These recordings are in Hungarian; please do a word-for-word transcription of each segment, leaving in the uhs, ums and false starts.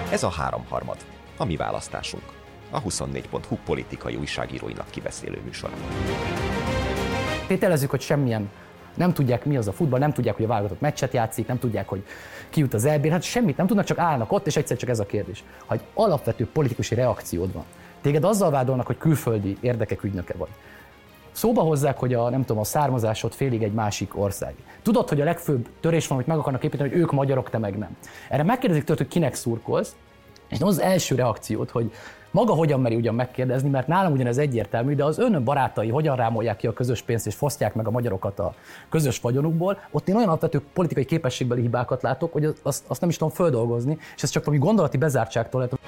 Ez a háromharmad, a mi választásunk, a huszonnégy pont hu politikai újságíróinak kibeszélő műsor. Tételezzük, hogy semmilyen nem tudják, mi az a futball, nem tudják, hogy a válogatott meccset játszik, nem tudják, hogy ki jut az é bére, hát semmit nem tudnak, csak állnak ott, és egyszer csak ez a kérdés. Ha egy alapvető politikusi reakciód van, téged azzal vádolnak, hogy külföldi érdekek ügynöke vagy. Szóba hozzák, hogy a, nem tudom, a származásod félig egy másik ország. Tudod, hogy a legfőbb törés van, hogy meg akarnak építeni, hogy ők magyarok, te meg nem. Erre megkérdezik tőled, hogy kinek szurkolsz, és az az első reakciód, hogy maga hogyan meri ugyan megkérdezni, mert nálam ugyanez egyértelmű, de az ön barátai hogyan rámolják ki a közös pénzt és fosztják meg a magyarokat a közös vagyonukból, ott én olyan alapvető politikai képességbeli hibákat látok, hogy azt, azt nem is tudom földolgozni, és ez csak valami gondolati bezártságtól lehet.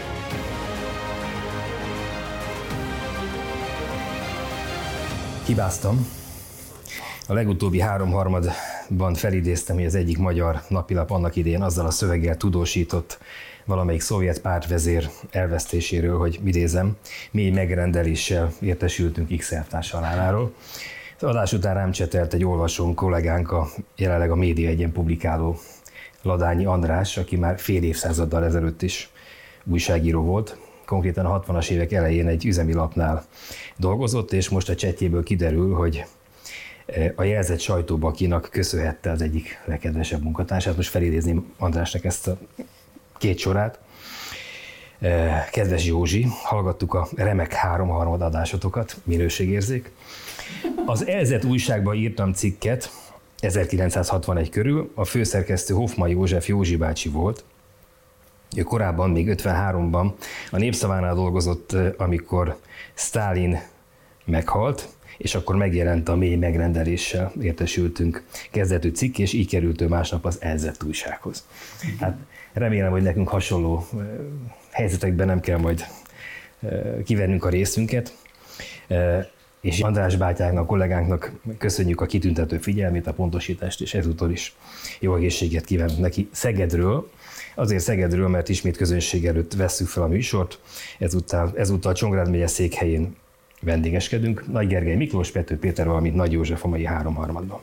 Hibáztam. A legutóbbi háromharmadban felidéztem, hogy az egyik magyar napilap annak idején azzal a szöveggel tudósított valamelyik szovjet pártvezér elvesztéséről, hogy idézem, mély megrendeléssel értesültünk X elvtárs haláláról. Az adás után rám csetelt egy olvasónk, kollégánk, a, jelenleg a Média Egyen publikáló Ladányi András, aki már fél évszázaddal ezelőtt is újságíró volt. Konkrétan a hatvanas évek elején egy üzemi lapnál dolgozott, és most a csetjéből kiderül, hogy a jelzett sajtóbakinak köszönhette az egyik legkedvesebb munkatársát. Most felidézném Andrásnak ezt a két sorát. Kedves Józsi, hallgattuk a remek háromharmad adásotokat, minőségérzék. Az Elzett újságban írtam cikket ezerkilencszázhatvanegy körül, a főszerkesztő Hoffman József Józsi bácsi volt. Ő korábban, még ötvenháromban a Népszavánál dolgozott, amikor Sztálin meghalt, és akkor megjelent a mély megrendeléssel értesültünk kezdetű cikk, és így került ő másnap az Elzett újsághoz. Hát remélem, hogy nekünk hasonló helyzetekben nem kell majd kivennünk a részünket. És András bátyáknak, kollégánknak köszönjük a kitüntető figyelmét, a pontosítást, és ezúttal is jó egészséget kívánunk neki Szegedről. Azért Szegedről, mert ismét közönség előtt vesszük fel a műsort, ezúttal, ezúttal Csongrád megye székhelyén vendégeskedünk, Nagy Gergely Miklós, Pető Péter, valamint Nagy József a mai háromharmadban.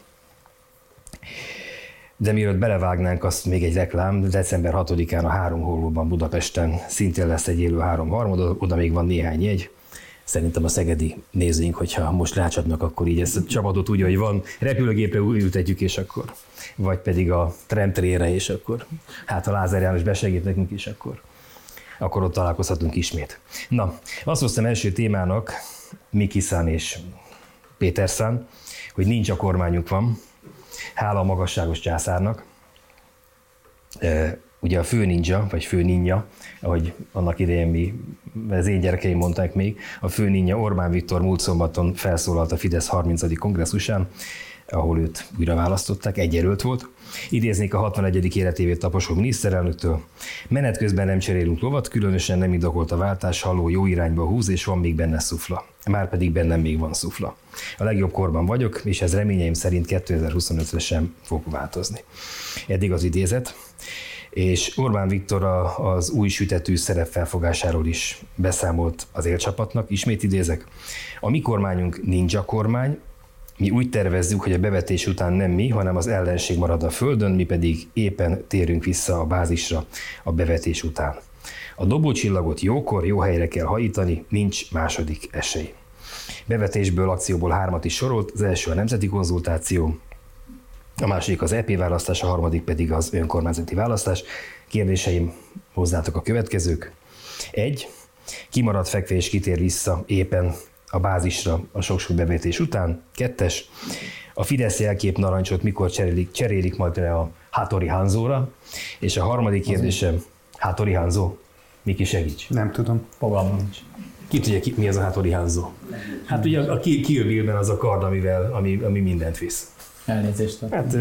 De mielőtt belevágnánk, azt még egy reklám, december hatodikán a Három Hollóban Budapesten szintén lesz egy élő háromharmad, oda még van néhány jegy. Szerintem a szegedi nézőink, hogyha most rácsatnak, akkor így ezt a csapatot úgy, hogy van, repülőgépre ültetjük, és akkor, vagy pedig a tramtrére, és akkor, hát a Lázár János besegít nekünk is, akkor, akkor ott találkozhatunk ismét. Na, azt hoztam első témának, Mikiszán és Péterszán, hogy nincs a kormányunk van, hála a magasságos császárnak. Ugye a fő ninja, vagy fő ninja, ahogy annak idején mi, az én gyerekeim mondták még, a fő ninja Orbán Viktor múlt szombaton felszólalt a Fidesz harmincadik kongresszusán, ahol őt újra választották, egy jelölt volt. Idéznék a hatvanegyedik életévét taposó miniszterelnöktől. Menet közben nem cserélünk lovat, különösen nem indokolt a váltás, halló jó irányba húz, és van még benne szufla. Márpedig bennem még van szufla. A legjobb korban vagyok, és ez reményeim szerint kétezer-huszonötre sem fog változni. Eddig az idézet. És Orbán Viktor az új sütetű szerepfelfogásáról is beszámolt az élcsapatnak, ismét idézek. A mi kormányunk ninja kormány, mi úgy tervezzük, hogy a bevetés után nem mi, hanem az ellenség marad a földön, mi pedig éppen térünk vissza a bázisra a bevetés után. A dobócsillagot jókor, jó helyre kell hajítani, nincs második esély. Bevetésből, akcióból hármat is sorolt, az első a nemzeti konzultáció, a második az é pé választás, a harmadik pedig az önkormányzati választás. Kérdéseim hozzátok a következők. Egy. Kimaradt fekvés kitér vissza éppen a bázisra a sok-sok bevetés után. Kettes. A Fidesz jelkép narancsot mikor cserélik, cserélik majd le a Hattori Hanzóra. És a harmadik kérdésem, Hattori Hanzó, Miki segíts. Nem tudom. Fogalmam nincs. Ki tudja, ki, mi az a Hattori Hanzó? Hát ugye a Kill Bill-ben az a kard, amivel, ami, ami mindent visz. Elnézést. Hát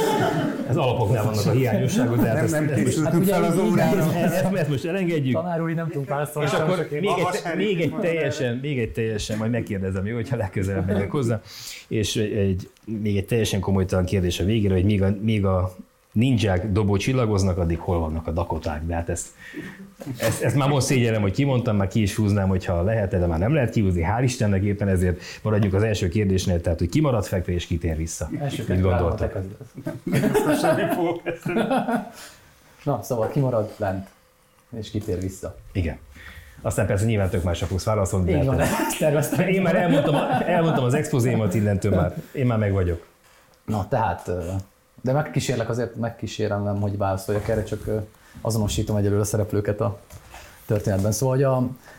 ez alapoknál vannak a hiányosságok, de hát nem, ezt, nem ezt, készültünk fel az órára. ezt, ezt most elengedjük. Tanár úr, nem tudunk válaszolni. És akkor még egy, még, egy teljesen, még egy teljesen, majd megkérdezem, jó, hogyha legközelebb megyek hozzá, és egy, még egy teljesen komolytalan kérdés a végére, hogy míg a, míg a ninják dobó csillagoznak, addig hol vannak a dakoták, de hát ezt, ezt, ezt már most szégyellem, hogy kimondtam, már ki is húznám, hogyha lehet, de már nem lehet kihúzni, hál' Istennek, éppen ezért maradjunk az első kérdésnél, tehát hogy kimarad fekve és kitér vissza. Mit gondoltak? Ezt semmi fogok beszélni. Na, szóval kimarad lent. és kitér vissza. Igen. Aztán persze nyilván tök másra fogsz válaszolni. Így van, terveztem. Én már elmondtam, elmondtam az expozémat innentől már. Én már meg vagyok. Na, tehát, de megkísérlek azért, megkísérem, hogy válaszoljak erre, csak azonosítom egyelőre a szereplőket a történetben. Szóval, hogy a,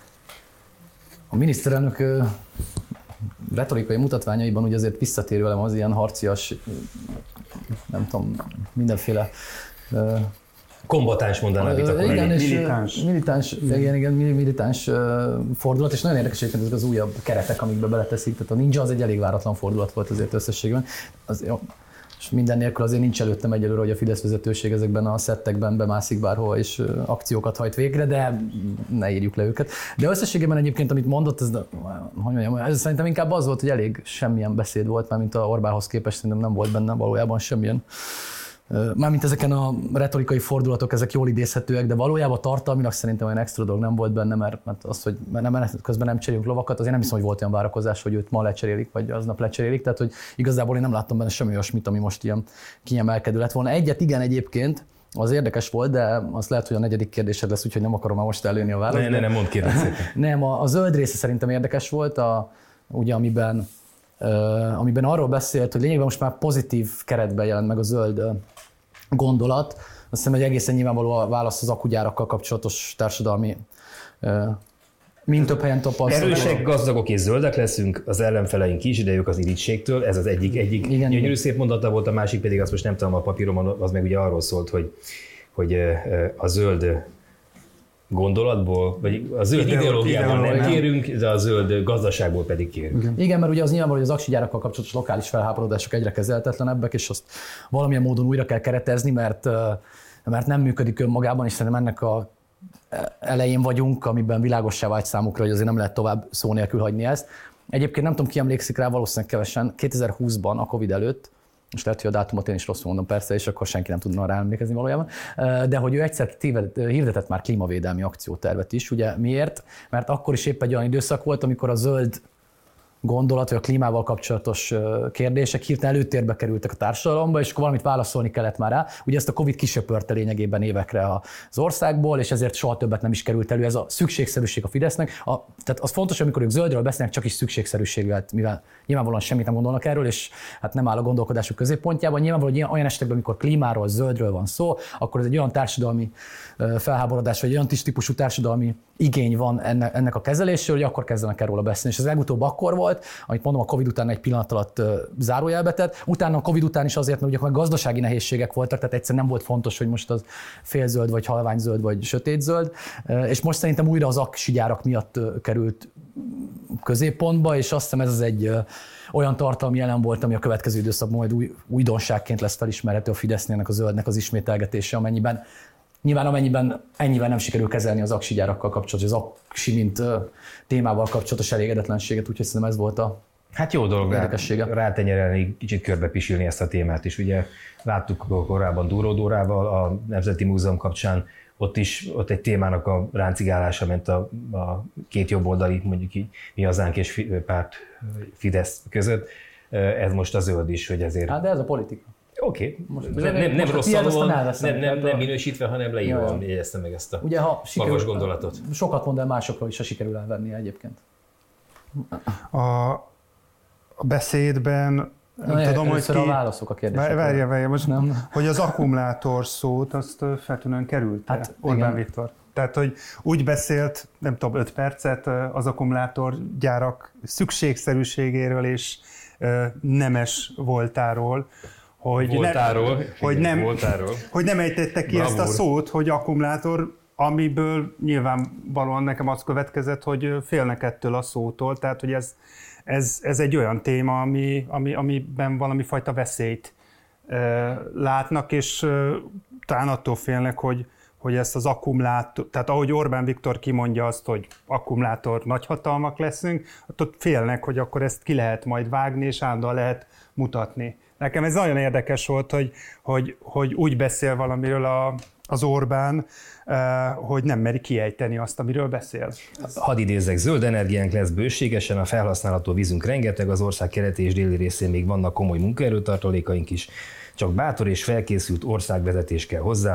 a miniszterelnök retorikai mutatványaiban ugye azért visszatérő velem az ilyen harcias, nem tudom, mindenféle kombatáns mondaná itt akkor. Igen, és militáns. Militáns, igen, igen, militáns fordulat, és nagyon érdekes egyébként ezek az újabb keretek, amikbe beleteszik. Tehát a ninja az egy elég váratlan fordulat volt azért összességben. Az, és minden nélkül azért nincs előttem egyelőre, hogy a Fidesz vezetőség ezekben a szettekben bemászik bárhol és akciókat hajt végre, de ne írjuk le őket. De összességében egyébként, amit mondott, ez, hogy mondjam, ez szerintem inkább az volt, hogy elég semmilyen beszéd volt, mert mint a Orbánhoz képest szerintem nem volt benne valójában semmilyen. Mármint ezeken a retorikai fordulatok, ezek jól idézhetőek, de valójában tartalmilag szerintem olyan extra dolog nem volt benne, mert, mert az, hogy nem, közben nem cserélünk lovakat, azért nem hiszem, hogy volt olyan várakozás, hogy őt ma lecserélik, vagy aznap lecserélik, tehát hogy igazából én nem láttam benne semmi olyasmit, ami most ilyen kiemelkedő lett volna. Egyet igen egyébként, az érdekes volt, de az lehet, hogy a negyedik kérdésed lesz, úgyhogy nem akarom már most előni a választ. Ne, ne, nem mondd kérlek szépen. Nem, a, a zöld része szerintem érdekes volt, a, ugye amiben, uh, amiben arról beszélt, hogy lényegben most már pozitív keretben jelent meg a zöld uh, gondolat. Azt hiszem, hogy egészen nyilvánvaló a válasz az akugyárakkal kapcsolatos társadalmi, mind több helyen tapasztalat. Erősek, gazdagok és zöldek leszünk, az ellenfeleink is, de ők az irigységtől, ez az egyik, egyik igen, gyönyörű igen. szép mondata volt, a másik pedig azt most nem tudom, a papíromon, az meg ugye arról szólt, hogy, hogy a zöld gondolatból, vagy a zöld ideológiában nem igen. kérünk, de a zöld gazdaságból pedig kérünk. Igen, igen, mert ugye az nyilvánvaló, hogy az aksigyárakkal kapcsolatos lokális felháborodások egyre kezeltetlenebbek, és azt valamilyen módon újra kell keretezni, mert, mert nem működik önmagában, és szerintem ennek a elején vagyunk, amiben világossá vált számukra, hogy azért nem lehet tovább szó nélkül hagyni ezt. Egyébként nem tudom, ki emlékszik rá, valószínűleg kevesen, kétezer-húszban, a Covid előtt, most lehet, hogy a dátumot én is rosszul mondom persze, és akkor senki nem tudna rá emlékezni valójában, de hogy ő egyszer téved, hirdetett már klímavédelmi akciótervet is, ugye miért? Mert akkor is épp egy olyan időszak volt, amikor a zöld gondolat, vagy a klímával kapcsolatos kérdések hirtelen előtérbe kerültek a társadalomba, és akkor valamit válaszolni kellett már rá. Ugye ezt a Covid kisöpörte lényegében évekre az országból, és ezért soha többet nem is került elő. Ez a szükségszerűség a Fidesznek. A, tehát az fontos, amikor ők zöldről beszélnek, csak is szükségszerűséggel, mivel nyilvánvalóan semmit nem gondolnak erről, és hát nem áll a gondolkodásuk középpontjában. Nyilvánvalóan, hogy olyan esetekben, amikor klímáról, zöldről van szó, akkor ez egy olyan társadalmi felháborodás, vagy olyan típusú társadalmi igény van ennek a kezelésről, hogy akkor kezdenek el róla beszélni. És ez legutóbb akkor volt, amit mondom, a Covid után egy pillanat alatt zárójelbe tett. Utána a Covid után is azért, mert ugye gazdasági nehézségek voltak, tehát egyszerűen nem volt fontos, hogy most az félzöld, vagy halványzöld, vagy sötétzöld. És most szerintem újra az aksigyárak miatt került középpontba, és azt hiszem ez az egy olyan tartalmi jelen volt, ami a következő időszakban majd új, újdonságként lesz felismerhető a Fidesznének, a zöldnek az ismételgetése, amennyiben Nyilván amennyiben ennyivel nem sikerül kezelni az aksigyárakkal kapcsolatos, az aksi, mint témával kapcsolatos elégedetlenséget, úgyhogy szerintem ez volt a Hát jó dolog érdekessége. Rátenyerelni, kicsit körbepisilni ezt a témát is. Ugye láttuk korábban Dúró Dórával a Nemzeti Múzeum kapcsán, ott is ott egy témának a ráncigálása ment a, a két jobboldali, mondjuk így Mi Hazánk és párt Fidesz között. Ez most a zöld is, hogy ezért... Hát de ez a politika. Oké, okay. nem, nem, nem rosszul, nem, nem, nem minősítve, hanem leírva, jegyeztem meg ezt a ugye, ha sikerül, magas gondolatot. Sokat mond el másokról is, ha sikerül elvenni egyébként. A, a beszédben nem Na, tudom, hogy ki... a válaszok a kérdésekre. Várja, várja, most nem. Hogy az akkumulátor szót, azt feltűnően került hát, Orbán igen. Viktor. Tehát, hogy úgy beszélt, nem tudom, öt percet az akkumulátorgyárak szükségszerűségéről és nemes voltáról, hogy voltáról, nem, hogy nem, voltáról. hogy nem ejtette ki Bravúr. Ezt a szót, hogy akkumulátor, amiből nyilvánvalóan nekem az következett, hogy félnek ettől a szótól, tehát hogy ez, ez, ez egy olyan téma, ami, ami, amiben valami fajta veszélyt e, látnak, és e, talán attól félnek, hogy, hogy ezt az akkumulátor, tehát ahogy Orbán Viktor kimondja azt, hogy akkumulátor nagyhatalmak leszünk, ott félnek, hogy akkor ezt ki lehet majd vágni, és állandóan lehet mutatni. Nekem ez nagyon érdekes volt, hogy, hogy, hogy úgy beszél valamiről a, az Orbán, hogy nem meri kiejteni azt, amiről beszél. Hadd idézzek, zöld energiánk lesz bőségesen, a felhasználható vízünk rengeteg, az ország keleti és déli részén még vannak komoly munkaerőtartalékaink is, csak bátor és felkészült országvezetés kell hozzá.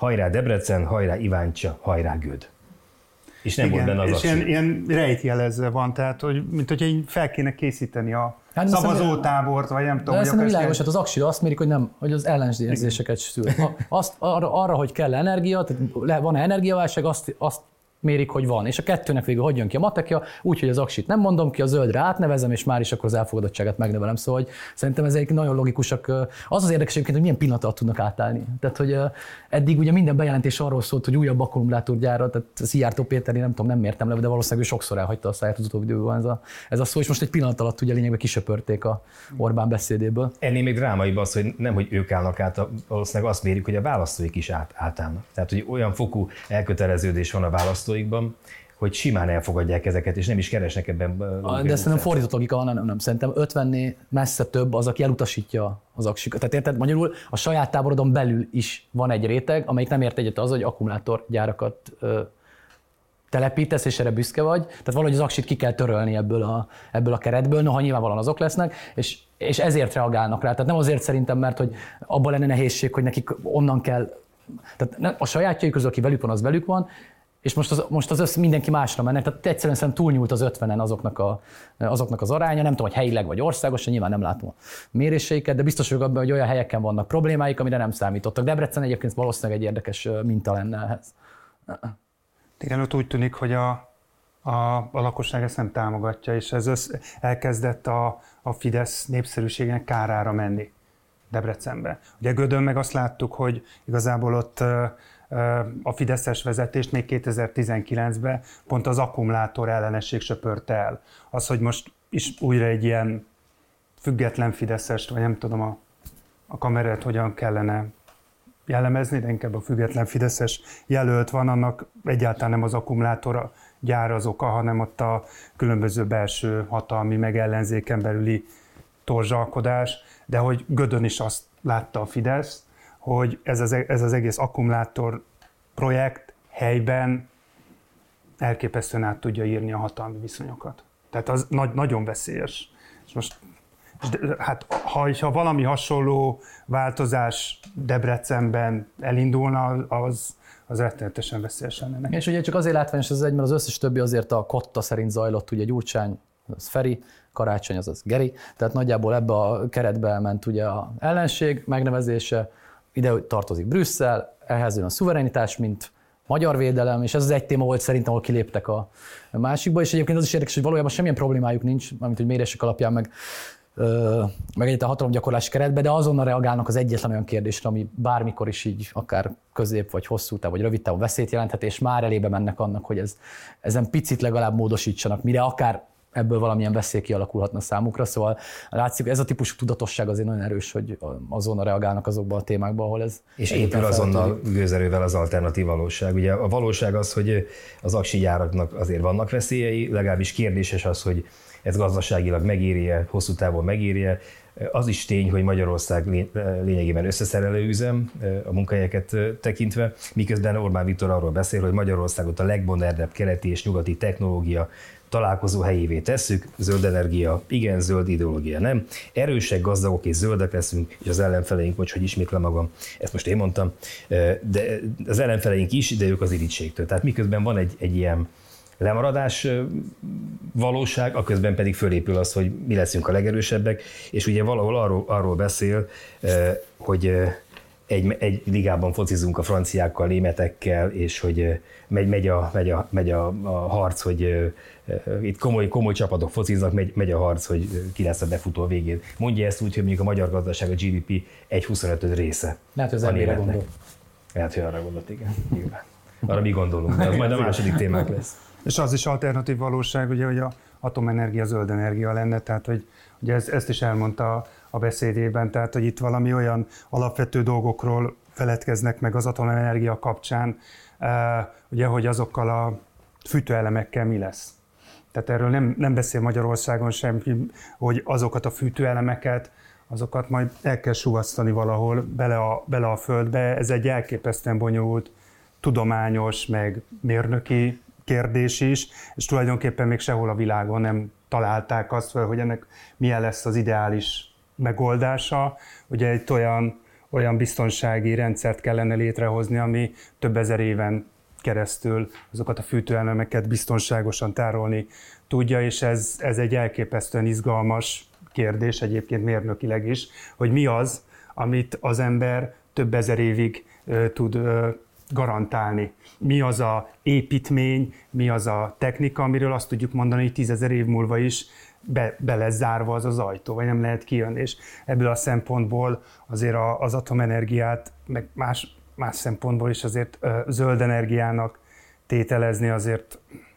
hajrá Debrecen, hajrá Iváncsa, hajrá Göd. És nem igen, volt benne az és ilyen, ilyen rejtjelezve van, tehát hogy, mint hogyha így fel kéne készíteni a hát, szavazótábort, vagy nem tudom. De szerintem világos, hát az aksira azt mérik, hogy nem, hogy az ellenzézéseket szül. Azt, arra, arra, hogy kell energia, tehát van energiaválság, azt, azt mérik, hogy van. És a kettőnek végül hogy jön ki a matekja, úgyhogy az aksit nem mondom ki, a zöldre átnevezem, és már is akkor az elfogadottságát megnövelem. Szóval hogy szerintem ezek nagyon logikusak. Az az érdekes egyébként, hogy milyen pillanat alatt tudnak átállni. Tehát, hogy eddig ugye minden bejelentés arról szólt, hogy újabb akkumulátorgyára, tehát Szijjártó Péter, nem tudom, nem mértem le, de valószínűleg ő sokszor elhagyta a száját az utóbbi időben ez a, ez a szó, és most egy pillanat alatt ugye lényegben kisöpörték a Orbán beszédéből. Ennél még drámaibb az, hogy nem, hogy ők állnak át, valószínűleg azt mérik, hogy a választóik is át, átállnak. Tehát, hogy olyan fokú elköteleződés van a választóikban, hogy simán elfogadják ezeket, és nem is keresnek ebben. De szerintem fordított logika van, nem, nem. Szerintem ötvennél messze több az, aki elutasítja az aksikat. Tehát érted, magyarul a saját táborodon belül is van egy réteg, amelyik nem ért egyet az, hogy akkumulátorgyárakat ö, telepítesz, és erre büszke vagy. Tehát valahogy az aksit ki kell törölni ebből a, ebből a keretből, noha nyilvánvalóan azok lesznek, és, és ezért reagálnak rá. Tehát nem azért szerintem, mert hogy abban lenne nehézség, hogy nekik onnan kell. Tehát a sajátjaik közül, aki velük van, az velük van, és most az, most az össze mindenki másra mennek, tehát egyszerűen szerintem túlnyúlt az ötvenen azoknak, a, azoknak az aránya, nem tudom, hogy helyileg vagy országosan, nyilván nem látom a méréseiket, de biztos vagyok abban, hogy olyan helyeken vannak problémáik, amire nem számítottak. Debrecen egyébként valószínűleg egy érdekes minta lenne ehhez. Igen, ott úgy tűnik, hogy a, a, a lakosság ezt nem támogatja, és ez össz, elkezdett a, a Fidesz népszerűségének kárára menni Debrecenbe. Ugye Gödön meg azt láttuk, hogy igazából ott a fideszes vezetést még kétezer-tizenkilencben pont az akkumulátor ellenesség söpörte el. Az, hogy most is újra egy ilyen független fideszest, vagy nem tudom a, a kamerát hogyan kellene jellemezni, de inkább a független fideszes jelölt van, annak egyáltalán nem az akkumulátor gyár az oka, hanem ott a különböző belső hatalmi, meg ellenzéken belüli torzsalkodás, de hogy Gödön is azt látta a Fidesz, hogy ez az, ez az egész akkumulátor projekt helyben elképesztően át tudja írni a hatalmi viszonyokat. Tehát az nagy, nagyon veszélyes. És most, hát, ha, ha valami hasonló változás Debrecenben elindulna, az, az rettenetesen veszélyes lenne. És ugye csak azért látványos az egy, mert az összes többi azért a kotta szerint zajlott, ugye Gyurcsány, az Feri, Karácsony, azaz Geri, tehát nagyjából ebbe a keretbe ment ugye az ellenség megnevezése, ide tartozik Brüsszel, ehhez jön a szuverenitás, mint magyar védelem, és ez az egy téma volt szerintem, ahol kiléptek a másikba, és egyébként az is érdekes, hogy valójában semmilyen problémájuk nincs, amit hogy mérések alapján meg, ö, meg egyáltalán hatalomgyakorlási keretbe, de azonnal reagálnak az egyetlen olyan kérdésre, ami bármikor is így akár közép, vagy hosszú táv, vagy rövid távon veszélyt jelenthet, és már elébe mennek annak, hogy ez, ezen picit legalább módosítsanak, mire akár ebből valamilyen veszély kialakulhatna számukra, szóval látszik, ez a típusú tudatosság azért nagyon erős, hogy azonnal reagálnak azokban a témákban, ahol ez... És épül azonnal gőzerővel az alternatív valóság. Ugye a valóság az, hogy az aksi gyáraknak azért vannak veszélyei, legalábbis kérdéses az, hogy ez gazdaságilag megéri-e, hosszú távon megéri-e. Az is tény, hogy Magyarország lényegében összeszerelő üzem a munkahelyeket tekintve, miközben Orbán Viktor arról beszél, hogy Magyarországot a legmodernebb keleti és nyugati technológia találkozó helyévé tesszük, zöld energia, igen, zöld ideológia, nem. Erősek, gazdagok és zöldek leszünk, és az ellenfeleink, vagy hogy ismétlem magam, ezt most én mondtam, de az ellenfeleink is, de ők az irítségtől. Tehát miközben van egy, egy ilyen lemaradás valóság, aközben pedig fölépül az, hogy mi leszünk a legerősebbek, és ugye valahol arról, arról beszél, hogy egy, egy ligában focizunk a franciákkal, németekkel, és hogy megy, megy, a, megy, a, megy a, a harc, hogy itt komoly, komoly csapatok fociznak, megy, megy a harc, hogy ki lesz a befutó végén. Mondja ezt úgy, hogy mondjuk a magyar gazdaság a gé dé pé egy huszonötöd része. Lehet, hogy az emberre gondol. Lehet, hogy arra gondolt, igen. Nyilván. Arra mi gondolunk, de az majd a második témák lesz. És az is alternatív valóság, ugye, hogy a atomenergia zöld energia lenne, tehát hogy ugye ezt, ezt is elmondta a beszédében, tehát hogy itt valami olyan alapvető dolgokról feledkeznek meg az atomenergia kapcsán, ugye, hogy azokkal a fűtőelemekkel mi lesz. Tehát erről nem, nem beszél Magyarországon sem, hogy azokat a fűtőelemeket, azokat majd el kell suvasztani valahol bele a, bele a földbe. Ez egy elképesztően bonyolult, tudományos, meg mérnöki kérdés is, és tulajdonképpen még sehol a világon nem találták azt fel, hogy ennek milyen lesz az ideális megoldása. Ugye egy olyan, olyan biztonsági rendszert kellene létrehozni, ami több ezer éven keresztül azokat a fűtőelemeket biztonságosan tárolni tudja, és ez, ez egy elképesztően izgalmas kérdés, egyébként mérnökileg is, hogy mi az, amit az ember több ezer évig ö, tud ö, garantálni. Mi az a építmény, mi az a technika, amiről azt tudjuk mondani, hogy tízezer év múlva is be, be lesz zárva az az ajtó, vagy nem lehet kijönni. És ebből a szempontból azért a, az atomenergiát, meg más, más szempontból is azért ö, zöld energiának tételezni azért,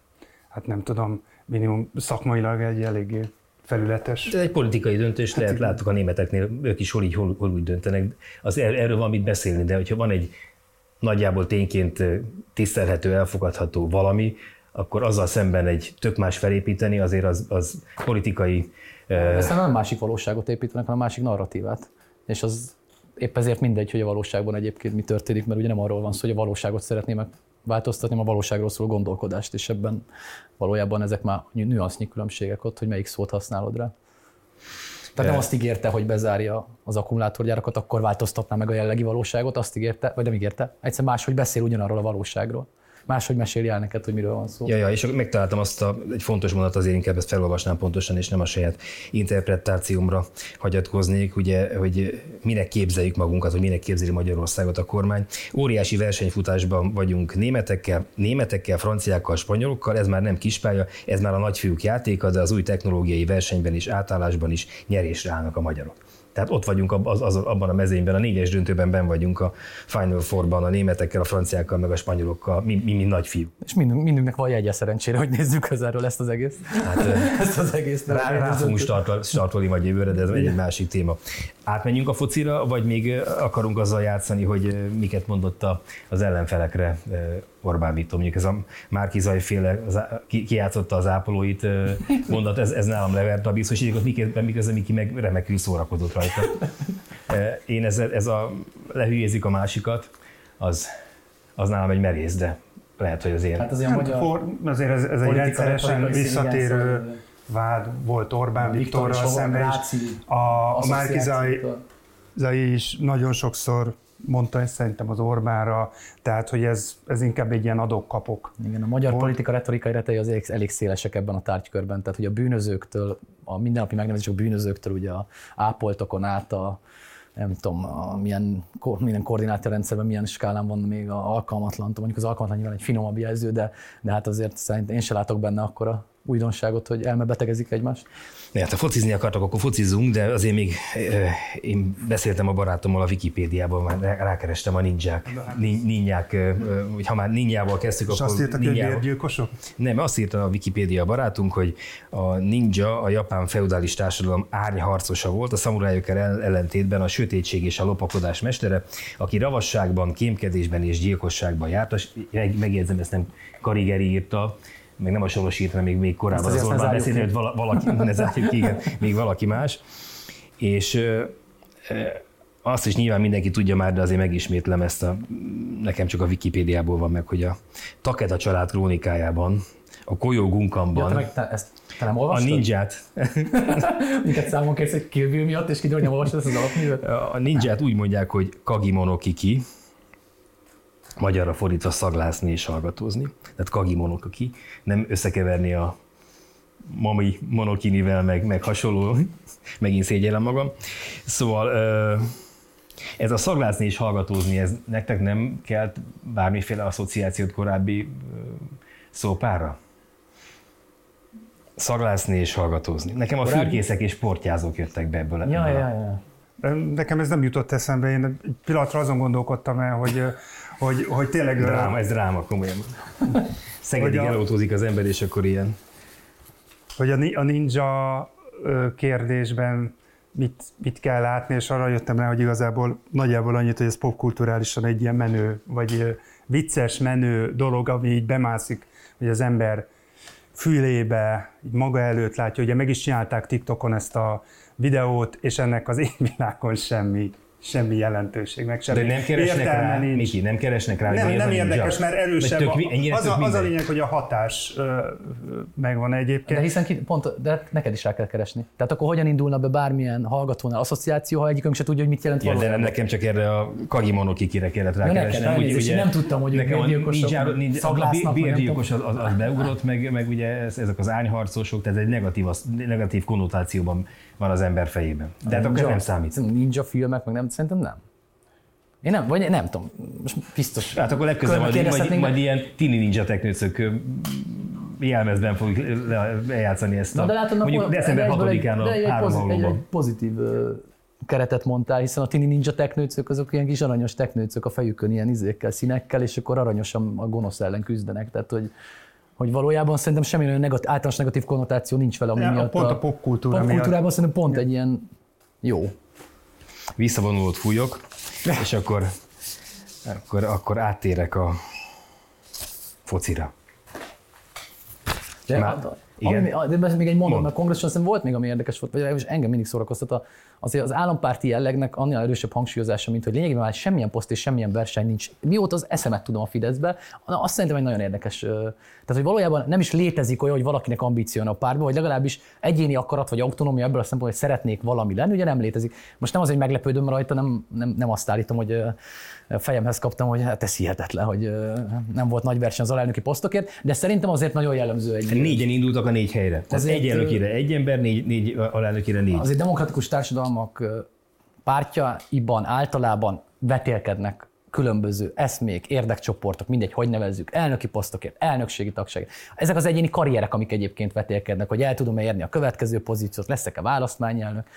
hát nem tudom, minimum szakmailag egy eléggé felületes. Ez egy politikai döntés, hát lehet, láttuk a németeknél, ők is hol így, hol, hol úgy döntenek. Az, erről van mit beszélni, de hogyha van egy nagyjából tényként tisztelhető, elfogadható valami, akkor azzal szemben egy tök más felépíteni, azért az, az politikai... Aztán nem másik valóságot építenek, hanem másik narratívát. És az épp ezért mindegy, hogy a valóságban egyébként mi történik, mert ugye nem arról van szó, hogy a valóságot szeretném megváltoztatni, a valóságról szóló gondolkodást, és ebben valójában ezek már nüansznyi különbségek ott, hogy melyik szót használod rá. Tehát nem azt ígérte, hogy bezárja az akkumulátorgyárakat, akkor változtatná meg a jellegi valóságot, azt ígérte, vagy nem ígérte, egyszer máshogy beszél ugyanarról a valóságról. Máshogy meséli el neked, hogy miről van szó. Ja, ja, és megtaláltam azt a, egy fontos mondat, azért inkább ezt felolvasnám pontosan, és nem a saját interpretációmra hagyatkoznék, ugye, hogy minek képzeljük magunkat, hogy minek képzeli Magyarországot a kormány. Óriási versenyfutásban vagyunk németekkel, németekkel, franciákkal, spanyolokkal, ez már nem kispálya, ez már a nagyfiúk játéka, de az új technológiai versenyben és átállásban is nyerésre állnak a magyarok. Tehát ott vagyunk az, az, abban a mezőnyben, a négyes döntőben benn vagyunk a Final Fourban, a németekkel, a franciákkal, meg a spanyolokkal, mi, mi, mi nagy fiú. És mindünk, mindünknek van jegye szerencsére, hogy nézzük közelről ezt az egész. Hát, ezt az egész. Rá, rá fogunk startolni majd jövőre, de ez egy, egy másik téma. Átmenjünk a focira, vagy még akarunk azzal játszani, hogy miket mondott az ellenfelekre Orbán Viktor? Mondjuk ez a Márki Zaj-féle kijátszotta az ápolóit mondat, ez, ez nálam leverte a biztosítékot, miközben Miki meg remekül szórakozott rajta. Én ez, ez a lehülyézik a másikat, az, az nálam egy merész, de lehet, hogy az én... Hát azért, hát, for, azért ez, ez egy rendszeresen visszatérő vád volt Orbán Viktorral szemben, és a, a Márki Zaj is nagyon sokszor mondta ezt szerintem az Orbánra, tehát hogy ez, ez inkább egy ilyen adok-kapok. Igen, a magyar volt. Politika retorikai retei az elég, elég szélesek ebben a tárgykörben, tehát hogy a bűnözőktől, a mindennapi megnevezések bűnözőktől, ugye a ápoltokon át a nem tudom, a milyen, milyen koordinátorrendszerben, milyen skálán van még a alkalmatlan, mondjuk az alkalmatlan nyilván egy finomabb jelző, de, de hát azért szerintem én se látok benne akkora újdonságot, hogy elmebetegezik egymást. Hát ha focizni akartak, akkor focizzunk, de azért még euh, én beszéltem a barátommal a Wikipédiában, már rákerestem a ninják, ninják, euh, hogy ha már ninjával kezdtük, és akkor... És azt írtak, hogy bérgyilkosok? Nem, azt írta a Wikipédia barátunk, hogy a ninja a japán feudális társadalom árnyharcosa volt, a szamurájokkal ellentétben a sötétség és a lopakodás mestere, aki ravasságban, kémkedésben és gyilkosságban járt. Megjegyzem, ezt nem Karigeri írta, meg nem a Soros írt, hanem még, még korábban az Orbán beszélni, hogy valaki, ne zárjuk ki, igen, még valaki más. És ö, ö, azt is nyilván mindenki tudja már, de azért megismétlem ezt, a, nekem csak a Wikipédiából van meg, hogy a Takeda család krónikájában, a Kolyó Gunkamban, ja, te, te, ezt, te nem olvastad? A ninját. Minket számon kérsz, hogy Kill Bill miatt, és kiderül, hogy nem olvastad ezt az alapművet? A ninját úgy mondják, hogy Kagi Monokiki, magyarra fordítva szaglászni és hallgatózni. Tehát Kagi Monokiki, nem összekeverni a Mami Monokinivel, meg, meg hasonló, megint szégyellem magam. Szóval ez a szaglászni és hallgatózni, ez nektek nem kelt bármiféle asszociációt korábbi szópárra? Szaglászni és hallgatózni. Nekem a korábbi... fürkészek és portyázók jöttek be ebből. Ja, ja, ja. Nekem ez nem jutott eszembe, én egy pillanatra azon gondolkodtam el, hogy, hogy, hogy tényleg... Dráma, ez dráma, komolyan. Szegedig a... elautózik az ember, és akkor ilyen... Hogy a ninja kérdésben mit, mit kell látni, és arra jöttem rá, hogy igazából nagyjából annyit, hogy ez popkulturálisan egy ilyen menő, vagy vicces menő dolog, ami így bemászik, hogy az ember fülébe, így maga előtt látja. Ugye meg is csinálták TikTokon ezt a videót, és ennek az én világon semmi, semmi jelentőség, meg semmi De nem keresnek rá, nincs. Miki, nem keresnek rá, Nem, nem érdekes, mert erősebb. Tök, a, az, a, az a lényeg, hogy a hatás ö, megvan egyébként. De hiszen ki, pont, de neked is rá kell keresni. Tehát akkor hogyan indulna be bármilyen hallgatónál asszociáció, ha egyikünk se tudja, hogy mit jelent ja, valójában? De nekem csak erre a Kagimono Kikire kellett rákeresnem. Úgy, ugye, nem tudtam, hogy nekem a bérgyilkosok bérgyilkos az, az, az beugrott, meg, meg ugye ezek az ányharcosok, tehát egy negatív, negatív konnotációban van az ember fejében. De hát akkor nem számít. Ninja filmek, meg nem, szerintem nem. Én nem, vagy nem tudom, most biztos. Hát akkor legközelebb majd, majd, majd ilyen tini ninja teknőcök jelmezben fogjuk eljátszani ezt a, na, de látod, mondjuk december hatodikán a három hallóban. Egy pozitív uh, keretet mondtál, hiszen a tini ninja teknőcök azok ilyen kis aranyos teknőcök a fejükön ilyen izékkel, színekkel, és akkor aranyosan a gonosz ellen küzdenek. Tehát, hogy, hogy valójában szerintem semmi olyan negatív, általános negatív konnotáció nincs vele, ami ja, miatt pont a, a popkultúra miatt. Popkultúrában szerintem pont egy ilyen jó. Visszavonulót fújok, és akkor, akkor, akkor áttérek a focira. De, Már, ami, de még egy mondat, mert kongresszuson szerintem volt még, ami érdekes volt, vagy engem mindig szórakoztat, azért az állampárti jellegnek annál erősebb hangsúlyozása, mint hogy lényegében már semmilyen poszt és semmilyen verseny nincs. Mióta az eszemet tudom a Fideszbe, azt szerintem egy nagyon érdekes. Tehát, hogy valójában nem is létezik olyan, hogy valakinek ambíció a pártban, vagy legalábbis egyéni akarat vagy autonómia ebből a szempontból, hogy szeretnék valami lenni, ugye nem létezik. Most nem az, hogy meglepődöm rajta, nem, nem, nem azt állítom, hogy fejemhez kaptam, hogy hát ez hihetetlen, hogy nem volt nagy verseny az alelnöki posztokért, de szerintem azért nagyon jellemző egy. Négyen indultak a négy helyre. Tehát egy elnökére egy ember, négy, négy alelnökére négy. Azért demokratikus társadalmak pártjaiban általában vetélkednek különböző eszmék, érdekcsoportok, mindegy, hogy nevezzük, elnöki posztokért, elnökségi tagságért. Ezek az egyéni karrierek, amik egyébként vetélkednek, hogy el tudom érni a következő pozíciót, leszek-e választmányelnök.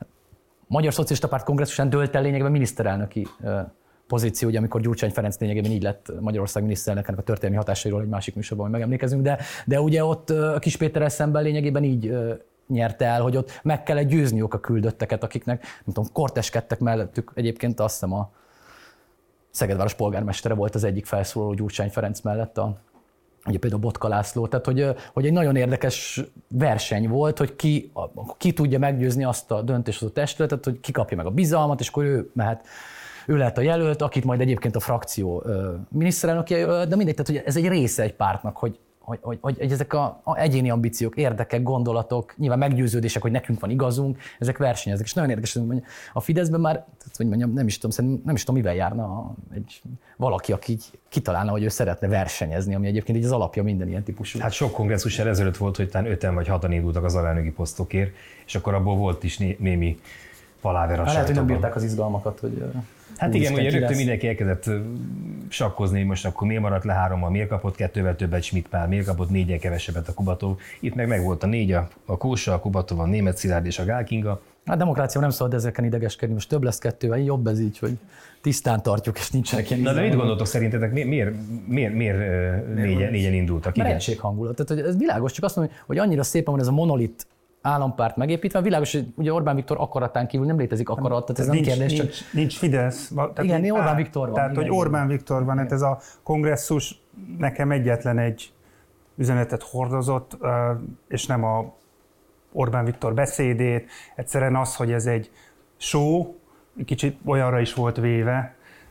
Magyar Szocialista Párt kongresszusán dőlt el lényegében miniszterelnöki pozíció, ugye, amikor Gyurcsány Ferenc lényegében így lett Magyarország miniszterelnökének a történelmi hatásairól egy másik műsorban megemlékezünk, de, de ugye ott Kis Péterrel szemben lényegében így nyerte el, hogy ott meg kellett győzniük a küldötteket, akiknek, nem tudom, korteskedtek mellettük. Egyébként azt hiszem a Szegedváros polgármestere volt az egyik felszólaló Gyurcsány Ferenc mellett, a, ugye például Botka László, tehát hogy, hogy egy nagyon érdekes verseny volt, hogy ki, ki tudja meggyőzni azt a döntéshozó testületet, hogy ki kapja meg a bizalmat, és akkor ő mehet, ő lehet a jelölt, akit majd egyébként a frakció miniszterelnökje jelölt, de mindegy, tehát hogy ez egy része egy pártnak, hogy Hogy, hogy, hogy ezek a, a egyéni ambíciók, érdekek, gondolatok, nyilván meggyőződések, hogy nekünk van igazunk, ezek versenyeznek. És nagyon érdekes, hogy a Fideszben már, hogy mondjam, nem is tudom, nem is tudom, mivel járna egy, valaki, aki így kitalálna, hogy ő szeretne versenyezni, ami egyébként így az alapja minden ilyen típusú. Hát sok kongresszussal ezelőtt volt, hogy talán öten vagy hatan indultak az alelnöki posztokért, és akkor abból volt is né- némi paláver a hát lehet, hogy nem bírták az izgalmakat, hogy... Hát igen, ugye rögtön lesz. Mindenki elkezdett sakkozni, most akkor miért maradt le hárommal, miért kapott kettővel többet Schmidt Pál, miért kapott négyen kevesebbet a Kubatov. Itt meg megvolt a négy, a, a Kósa, a Kubatov, a Németh Szilárd és a Gál Kinga. A demokrácia nem szabad ezeken idegeskedni, most több lesz kettővel, jobb ez így, hogy tisztán tartjuk, és nincsenek ilyen. Na de mit gondoltok szerintetek, miért, miért, miért, miért négyen, négyen indultak? Mert egységhangulat. Tehát hogy ez világos, csak azt mondom, hogy annyira szépen van ez a monolit állampárt megépítve, világos, hogy ugye Orbán Viktor akaratán kívül nem létezik akarat, tehát ez nincs, nem kérdés, nincs, csak... Nincs Fidesz. Tehát igen, á, Orbán Viktor van. Tehát, igen, hogy Orbán Viktor van, hát ez a kongresszus nekem egyetlen egy üzenetet hordozott, és nem a Orbán Viktor beszédét, egyszerűen az, hogy ez egy show, kicsit olyanra is volt véve,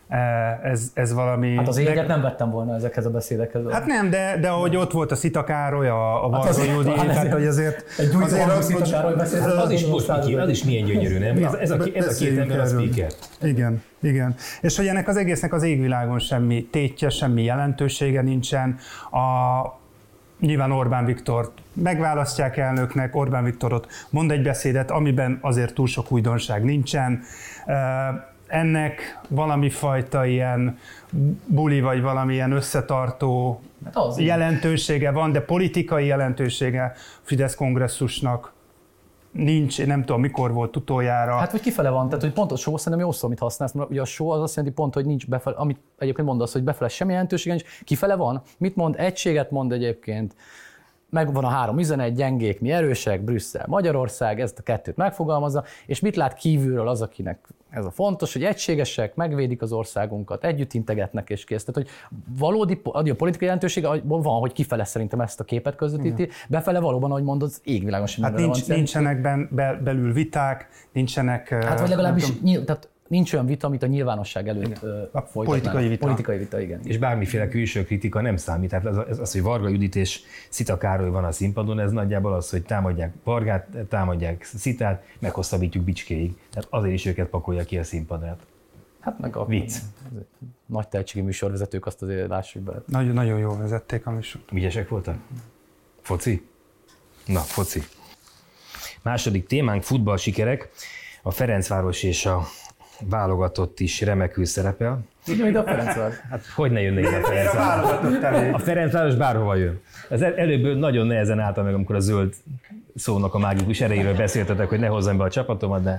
Ez, ez valami... Hát az éget nem vettem volna ezekhez a beszédekhez. Hát nem, de, de ahogy ott volt a Szita Károly, a, a Varga Júdi, hát tehát hogy azért... Egy gyújtóhangú Szita Károly beszéd. Az is most ki, az is milyen gyönyörű, nem? Ez, ez, a, ez a két ember a speaker. Igen, igen. És hogy ennek az egésznek az égvilágon semmi tétje, semmi jelentősége nincsen. A, nyilván Orbán Viktort megválasztják elnöknek, Orbán Viktorot mond egy beszédet, amiben azért túl sok újdonság nincsen. Ennek valami fajta ilyen buli, vagy valamilyen összetartó hát jelentősége van, de politikai jelentősége Fidesz kongresszusnak nincs, nem tudom, mikor volt utoljára. Hát, hogy kifele van, tehát hogy pont a show szerintem jó szó, amit használsz, mert ugye a show az azt jelenti pont, hogy nincs befele, amit egyébként mondasz, hogy befele semmi jelentősége nincs, kifele van, mit mond, egységet mond egyébként, megvan a három üzenet, gyengék, mi erősek, Brüsszel, Magyarország, ezt a kettőt megfogalmazza, és mit lát kívülről az, akinek ez a fontos, hogy egységesek, megvédik az országunkat, együtt integetnek és kész. Tehát, hogy valódi a politikai jelentősége van, hogy kifele szerintem ezt a képet közvetíti, uh-huh. befele valóban, ahogy mondod, égvilágon sem. Hát nincs, nincsenek ben, be, belül viták, nincsenek... Hát vagy legalábbis, nyilv, tehát nincs olyan vita, amit a nyilvánosság előtt folytatnának. Politikai vita. Politikai vita, igen. És bármiféle külső kritika nem számít. Tehát az, az, az, hogy Varga Judit és Szita Károly van a színpadon, ez nagyjából az, hogy támadják Vargát, támadják Szitát, meghosszabbítjuk Bicskéig. Tehát azért is őket pakolja ki a színpadát. Hát meg a vicc. Nagy tehetségi műsorvezetők, azt azért lássuk be. Nagyon, nagyon jól vezették a műsort. Ügyesek voltak? Foci? Na, foci. Második témánk futball sikerek. A Ferencváros és a válogatott is remekül szerepel. Úgy, mint a Ferencváros. Hát hogy ne jönne ide a Ferencváros? A Ferencváros bárhova jön. Az előbb nagyon nehezen álltam meg, amikor a zöld szónak a mágikus erejéről beszéltetek, hogy ne hozzam be a csapatomat, de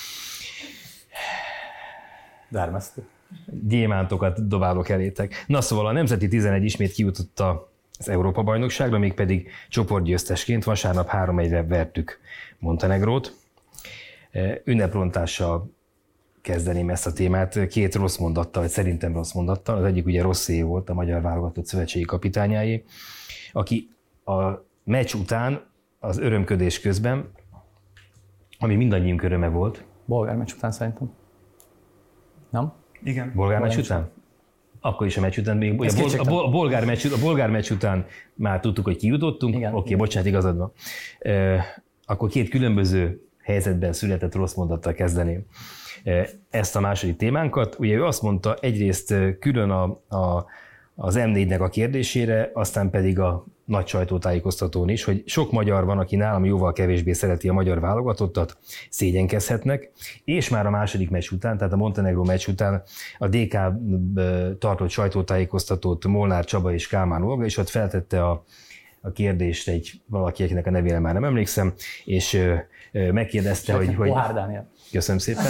Dármesztő. gyémántokat dobálok elétek. Na szóval a Nemzeti tizenegy ismét kijutott az Európa-bajnokságra, mégpedig csoportgyőztesként vasárnap három egyre vertük Montenegrót. Ünneprontással kezdeném ezt a témát, két rossz mondattal, vagy szerintem rossz mondattal. Az egyik ugye Rosszé volt, a magyar válogatott szövetségi kapitányáé, aki a meccs után, az örömködés közben, ami mindannyiunk öröme volt. Bolgár meccs után szerintem. Nem? Igen. Bolgár meccs után? Akkor is a meccs után, még a, bol, a, bol, a, bolgár meccs, a bolgár meccs után már tudtuk, hogy kijutottunk. Oké, okay, bocsánat, igazad van. E, akkor két különböző helyzetben született rossz mondattal kezdeném ezt a második témánkat. Ugye ő azt mondta egyrészt külön a, a, az em négynek a kérdésére, aztán pedig a nagy sajtótájékoztatón is, hogy sok magyar van, aki nálam jóval kevésbé szereti a magyar válogatottat, szégyenkezhetnek, és már a második meccs után, tehát a Montenegró meccs után a dé ká tartott sajtótájékoztatót Molnár Csaba és Kálmán Olga, és ott feltette a, a kérdést egy valaki, akinek a nevére már nem emlékszem, és ö, ö, megkérdezte, hogy... hogy köszönöm szépen.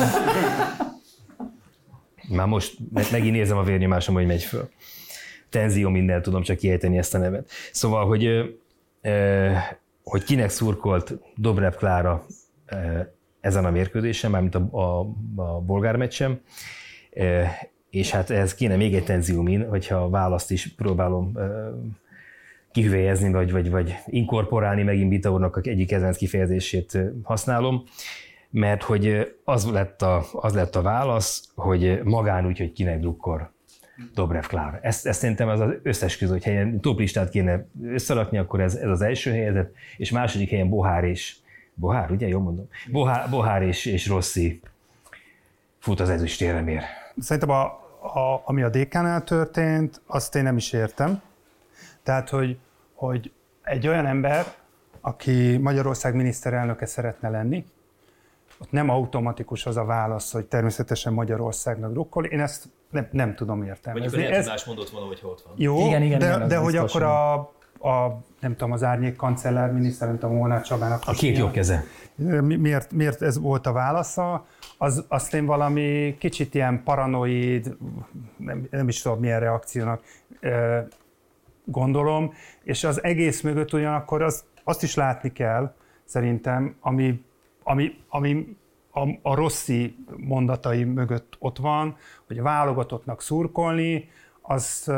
Már most megint érzem a vérnyomásom, hogy megy föl. Tenzió minden, tudom csak kiejteni ezt a nevet. Szóval, hogy, hogy kinek szurkolt Dobrev Klára ezen a mérkőzésen, mármint a, a, a bolgár meccsen, és hát ez kéne még egy tenziómin, hogyha a választ is próbálom kihüvelyezni, vagy, vagy, vagy inkorporálni, megint Bita úrnak egyik kedvenc kifejezését használom, mert hogy az lett a, az lett a válasz, hogy magán úgy, hogy kinek drukkol Dobrev Klára. Ezt, ezt szerintem az az összesküző, hogy helyen toplistát kéne összerakni, akkor ez, ez az első helyzet, és második helyen Bohár és Bohár, ugye? Jól mondom? Bohár, Bohár és, és Rossi fut az ezüstéremért. Szerintem, a, a, ami a dé ká-nál történt, azt én nem is értem. Tehát, hogy, hogy egy olyan ember, aki Magyarország miniszterelnöke szeretne lenni, ott nem automatikus az a válasz, hogy természetesen Magyarországnak drukkol. Én ezt nem, nem tudom értelmezni. Mondjuk a eltudás mondott volna, hogy ott van. Jó, igen, igen, de, igen, de hogy akkor a, a, nem tudom, az árnyék kancellár miniszter, nem tudom, Molnár Csabának. A két jobb keze. Miért, miért ez volt a válasza? Az, azt én valami kicsit ilyen paranoid, nem, nem is tudom milyen reakciónak gondolom, és az egész mögött ugyanakkor az, azt is látni kell, szerintem, ami Ami, ami a, a Rossi mondatai mögött ott van, hogy a válogatottnak szurkolni, az,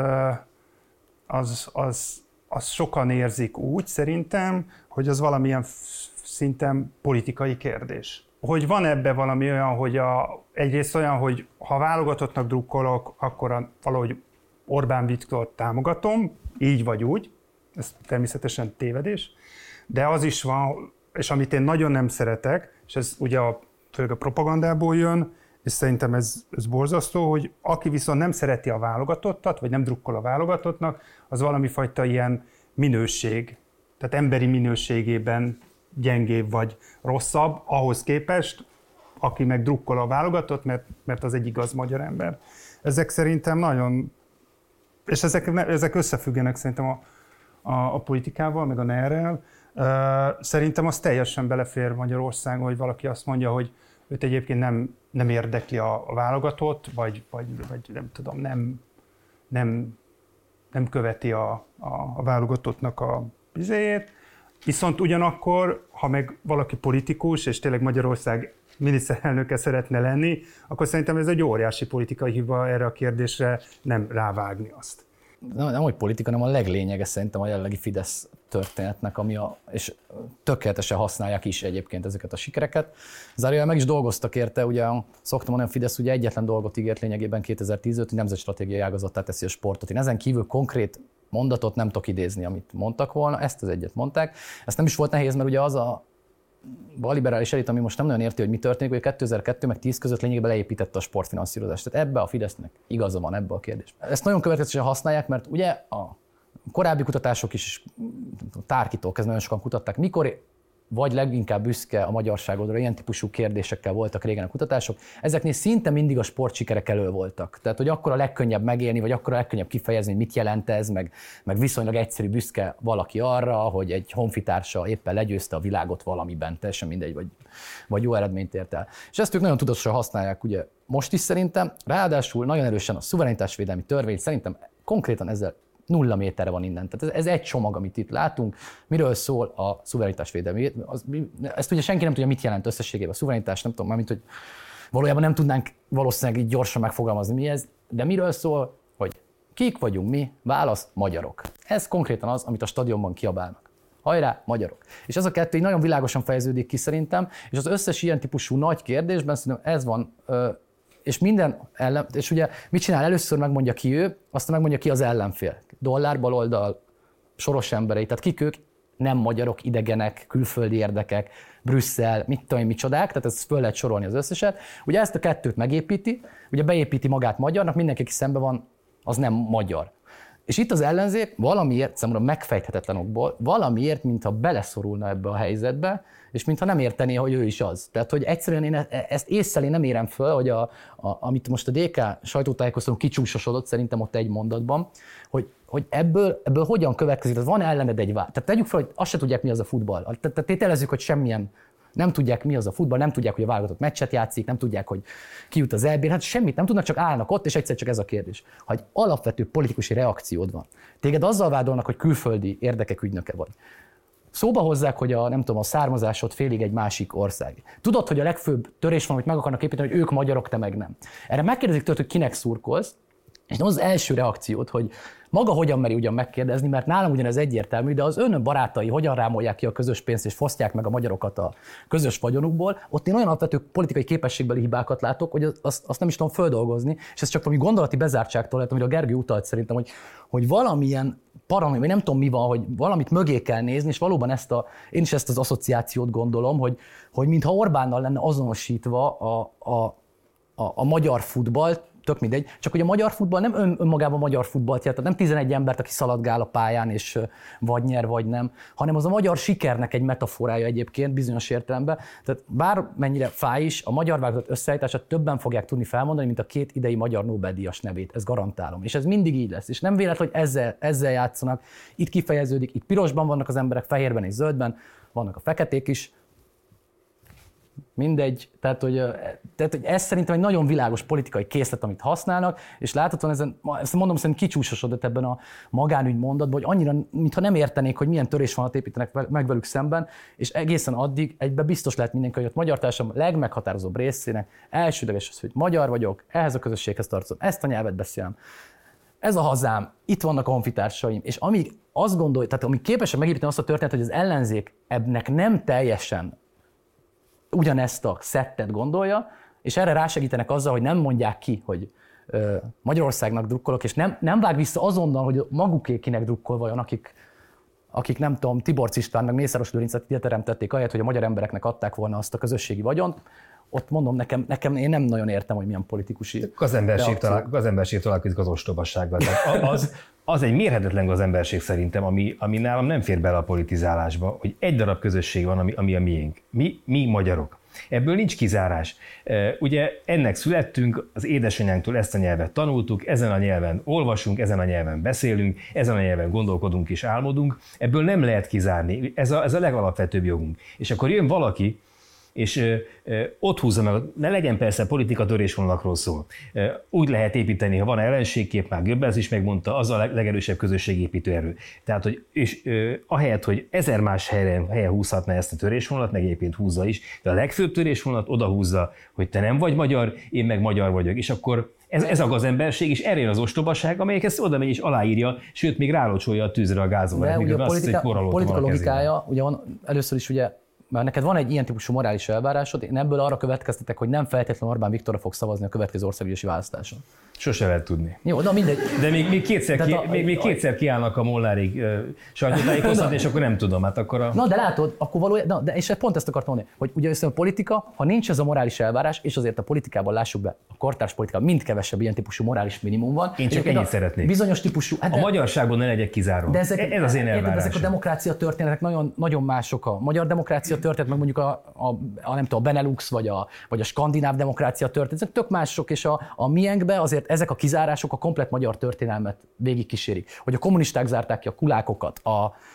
az, az, az sokan érzik úgy szerintem, hogy az valamilyen szinten politikai kérdés. Hogy van ebbe valami olyan, hogy a, egyrészt olyan, hogy ha válogatottnak drukkolok, akkor a, valahogy Orbán Viktort támogatom, így vagy úgy, ez természetesen tévedés, de az is van, és amit én nagyon nem szeretek, és ez ugye a, főleg a propagandából jön, és szerintem ez, ez borzasztó, hogy aki viszont nem szereti a válogatottat, vagy nem drukkol a válogatottnak, az valami fajta ilyen minőség, tehát emberi minőségében gyengébb vagy rosszabb, ahhoz képest, aki meg drukkol a válogatott, mert, mert az egy igaz magyar ember. Ezek szerintem nagyon, és ezek, ezek összefüggenek szerintem a, a, a politikával, meg a en e er-rel. Szerintem az teljesen belefér Magyarországon, hogy valaki azt mondja, hogy őt egyébként nem, nem érdekli a, a válogatott, vagy, vagy, vagy nem tudom, nem, nem, nem követi a, a, a válogatottnak a bizéjét. Viszont ugyanakkor, ha meg valaki politikus, és tényleg Magyarország miniszterelnöke szeretne lenni, akkor szerintem ez egy óriási politikai hiba erre a kérdésre nem rávágni azt. nem hogy politika, hanem a leglényege szerintem a jelenlegi Fidesz történetnek, ami a, és tökéletesen használják is egyébként ezeket a sikereket. Zárójel meg is dolgoztak érte, ugye szoktam mondani, a Fidesz ugye egyetlen dolgot ígért lényegében kétezer-tízöt, hogy nemzetstratégiai ágazattá teszi a sportot. Én ezen kívül konkrét mondatot nem tudok idézni, amit mondtak volna, ezt az egyet mondták. Ezt nem is volt nehéz, mert ugye az a balliberális elit, ami most nem nagyon érti, hogy mi történik, hogy kétezer-kettő meg tíz között lényegében leépítette a sportfinanszírozást. Tehát ebbe a Fidesznek igaza van ebbe a kérdésbe. Ezt nagyon következetesen használják, mert ugye a korábbi kutatások is, Tárkitól kezdve nagyon sokan kutatták, mikor vagy leginkább büszke a magyarságodra, ilyen típusú kérdésekkel voltak régen a kutatások, ezeknél szinte mindig a sportsikerek elő voltak. Tehát, hogy akkor a legkönnyebb megélni, vagy akkor a legkönnyebb kifejezni, hogy mit jelent ez, meg, meg viszonylag egyszerű büszke valaki arra, hogy egy honfitársa éppen legyőzte a világot valamiben, teljesen mindegy, vagy, vagy jó eredményt ért el. És ezt ők nagyon tudatosan használják ugye most is szerintem, ráadásul nagyon erősen a szuverenitásvédelmi törvény szerintem konkrétan ezzel nulla méterre van innen. Tehát ez, ez egy csomag, amit itt látunk. Miről szól a szuverenitásvédelmi? Az, ezt ugye senki nem tudja, mit jelent összességében a szuverenitás, nem tudom, mármint, hogy valójában nem tudnánk valószínűleg így gyorsan megfogalmazni, mi ez, de miről szól, hogy kik vagyunk mi? Válasz, magyarok. Ez konkrétan az, amit a stadionban kiabálnak. Hajrá, magyarok. És ez a kettő így nagyon világosan fejeződik ki szerintem, és az összes ilyen típusú nagy kérdésben szerintem ez van, és minden ellen, és ugye mit csinál? Először megmondja ki ő, aztán megmondja ki az ellenfél. Dollár, baloldal, soros emberei, tehát kik ők? Nem magyarok, idegenek, külföldi érdekek, Brüsszel, mit tudom én, micsodák, tehát ezt föl lehet sorolni az összeset. Ugye ezt a kettőt megépíti, ugye beépíti magát magyarnak, mindenki, aki szemben van, az nem magyar. És itt az ellenzék valamiért, számomra megfejthetetlen okból, valamiért, mintha beleszorulna ebbe a helyzetbe, és mintha nem értené, hogy ő is az. Tehát, hogy egyszerűen én ezt észre nem érem föl, hogy a, a, amit most a dé ká sajtótájékoztatón kicsúsosodott szerintem ott egy mondatban, hogy, hogy ebből, ebből hogyan következik, tehát van ellened egy vád. Tehát tegyük fel, hogy azt se tudják, mi az a futball. Tehát tételezzük, hogy semmilyen nem tudják, mi az a futball, nem tudják, hogy a válogatott meccset játszik, nem tudják, hogy ki jut az é bé-re, hát semmit nem tudnak, csak állnak ott, és egyszer csak ez a kérdés. Ha egy alapvető politikusi reakciód van, téged azzal vádolnak, hogy külföldi érdekek ügynöke vagy. Szóba hozzák, hogy a, nem tudom, a származásod félig egy másik ország. Tudod, hogy a legfőbb törés van, hogy meg akarnak építeni, hogy ők magyarok, te meg nem. Erre megkérdezik tőled, hogy kinek szurkolsz, és az első reakciót, hogy maga hogyan meri ugyan megkérdezni, mert nálam ugyanez egyértelmű, de az ön barátai hogyan rámolják ki a közös pénzt és fosztják meg a magyarokat a közös vagyonukból, ott én olyan alapvető politikai képességbeli hibákat látok, hogy azt, azt nem is tudom földolgozni, és ez csak valami gondolati bezártságtól lehet, amire a Gergő utalt szerintem, hogy, hogy valamilyen paranoia, vagy nem tudom mi van, hogy valamit mögé kell nézni, és valóban ezt a, én is ezt az asszociációt gondolom, hogy, hogy mintha Orbánnal lenne azonosítva a, a, a, a magyar futball, tök mindegy, csak hogy a magyar futball nem ön, önmagában a magyar futballt jelent, nem tizenegy embert, aki szaladgál a pályán, és vagy nyer, vagy nem, hanem az a magyar sikernek egy metaforája egyébként bizonyos értelemben. Tehát bármennyire fáj is, a magyar válogatott összeállítását többen fogják tudni felmondani, mint a két idei magyar Nobel-díjas nevét, ezt garantálom. És ez mindig így lesz. És nem véletlen, hogy ezzel, ezzel játszanak. Itt kifejeződik, itt pirosban vannak az emberek, fehérben és zöldben, vannak a feketék is, mindegy, tehát hogy, tehát hogy ez szerintem egy nagyon világos politikai készlet, amit használnak, és láthatóan ezen, ezt mondom, szerintem kicsúsosodott ebben a magánügy mondatban, hogy annyira, mintha nem értenék, hogy milyen törésvonalat építenek meg velük szemben, és egészen addig egyben biztos lehet mindenki, hogy a magyar társadalom legmeghatározóbb részének elsődleges az, hogy magyar vagyok, ehhez a közösséghez tartozom, ezt a nyelvet beszélem, ez a hazám, itt vannak a honfitársaim, és amíg azt gondolj, tehát amíg képesek megépíteni azt a történetet, hogy az ellenzék ebnek nem teljesen ugyanezt a szettet gondolja, és erre rásegítenek azzal, hogy nem mondják ki, hogy ö, Magyarországnak drukkolok, és nem, nem vág vissza azonnal, hogy magukékinek drukkol vajon, akik, akik nem tudom, Tiborcs István, meg Mészáros Lőrincet ide teremtették ahelyett, hogy a magyar embereknek adták volna azt a közösségi vagyont. Ott mondom, nekem, nekem én nem nagyon értem, hogy milyen politikusi Az emberség, talál, az emberség találkozik az ostobassággal. Az, az egy mérhetetlen az emberség szerintem, ami, ami nálam nem fér bele a politizálásba, hogy egy darab közösség van, ami, ami a miénk. Mi, mi magyarok. Ebből nincs kizárás. Ugye ennek születtünk, az édesanyánktól ezt a nyelvet tanultuk, ezen a nyelven olvasunk, ezen a nyelven beszélünk, ezen a nyelven gondolkodunk és álmodunk. Ebből nem lehet kizárni. Ez a, ez a legalapvetőbb jogunk. És akkor jön valaki, és ö, ö, ott húzza meg, ne legyen persze politika törésvonalakról szól. Ö, úgy lehet építeni, ha van ellenségkép, már Goebbels is megmondta, az a legerősebb közösségépítő erő. Tehát, hogy és ö, ahelyett, hogy ezer más helyen, helyen húzhatná ezt a törésvonalat, meg egyébként húzza is, de a legfőbb törésvonalat oda húzza, hogy te nem vagy magyar, én meg magyar vagyok, és akkor Ez, ez a gazemberség, és erre az ostobaság, amelyik ezt oda megy és aláírja, sőt, még rálocsolja a tűzre a gázolajat. De ugye a politika, a politika logikája, ugye van, először is ugye, mert neked van egy ilyen típusú morális elvárásod, én ebből arra következtetek, hogy nem feltétlenül Orbán Viktorra fog szavazni a következő országgyűlési választáson. Sose lehet tudni. Jó, de mindegy. De még, még, kétszer, ki, a, még, még kétszer kiállnak a Molnárig uh, sajtótájékoztatni, és akkor nem tudom, hát akkor a... Na, de látod, akkor valójában, na, de és pont ezt akartam mondani, hogy ugye a politika, ha nincs ez a morális elvárás, és azért a politikában lássuk be, a kortárs politikában mind kevesebb ilyen típusú morális minimum van. Én csak ennyit szeretnék. Bizonyos típusú... Hát a de, magyarságból ne legyek kizárva. De ezek, ez az én elvárásom. Ezek a demokrácia történetek nagyon, nagyon mások. A magyar demokrácia történet, meg mondjuk a, a, a, nem tudom, a Benelux, vagy a, vagy a skandináv demokrácia történet, ezek tök mások, és a, a miénkben azért ezek a kizárások a komplett magyar történelmet végigkísérik. Hogy a kommunisták zárták ki a kulákokat, a,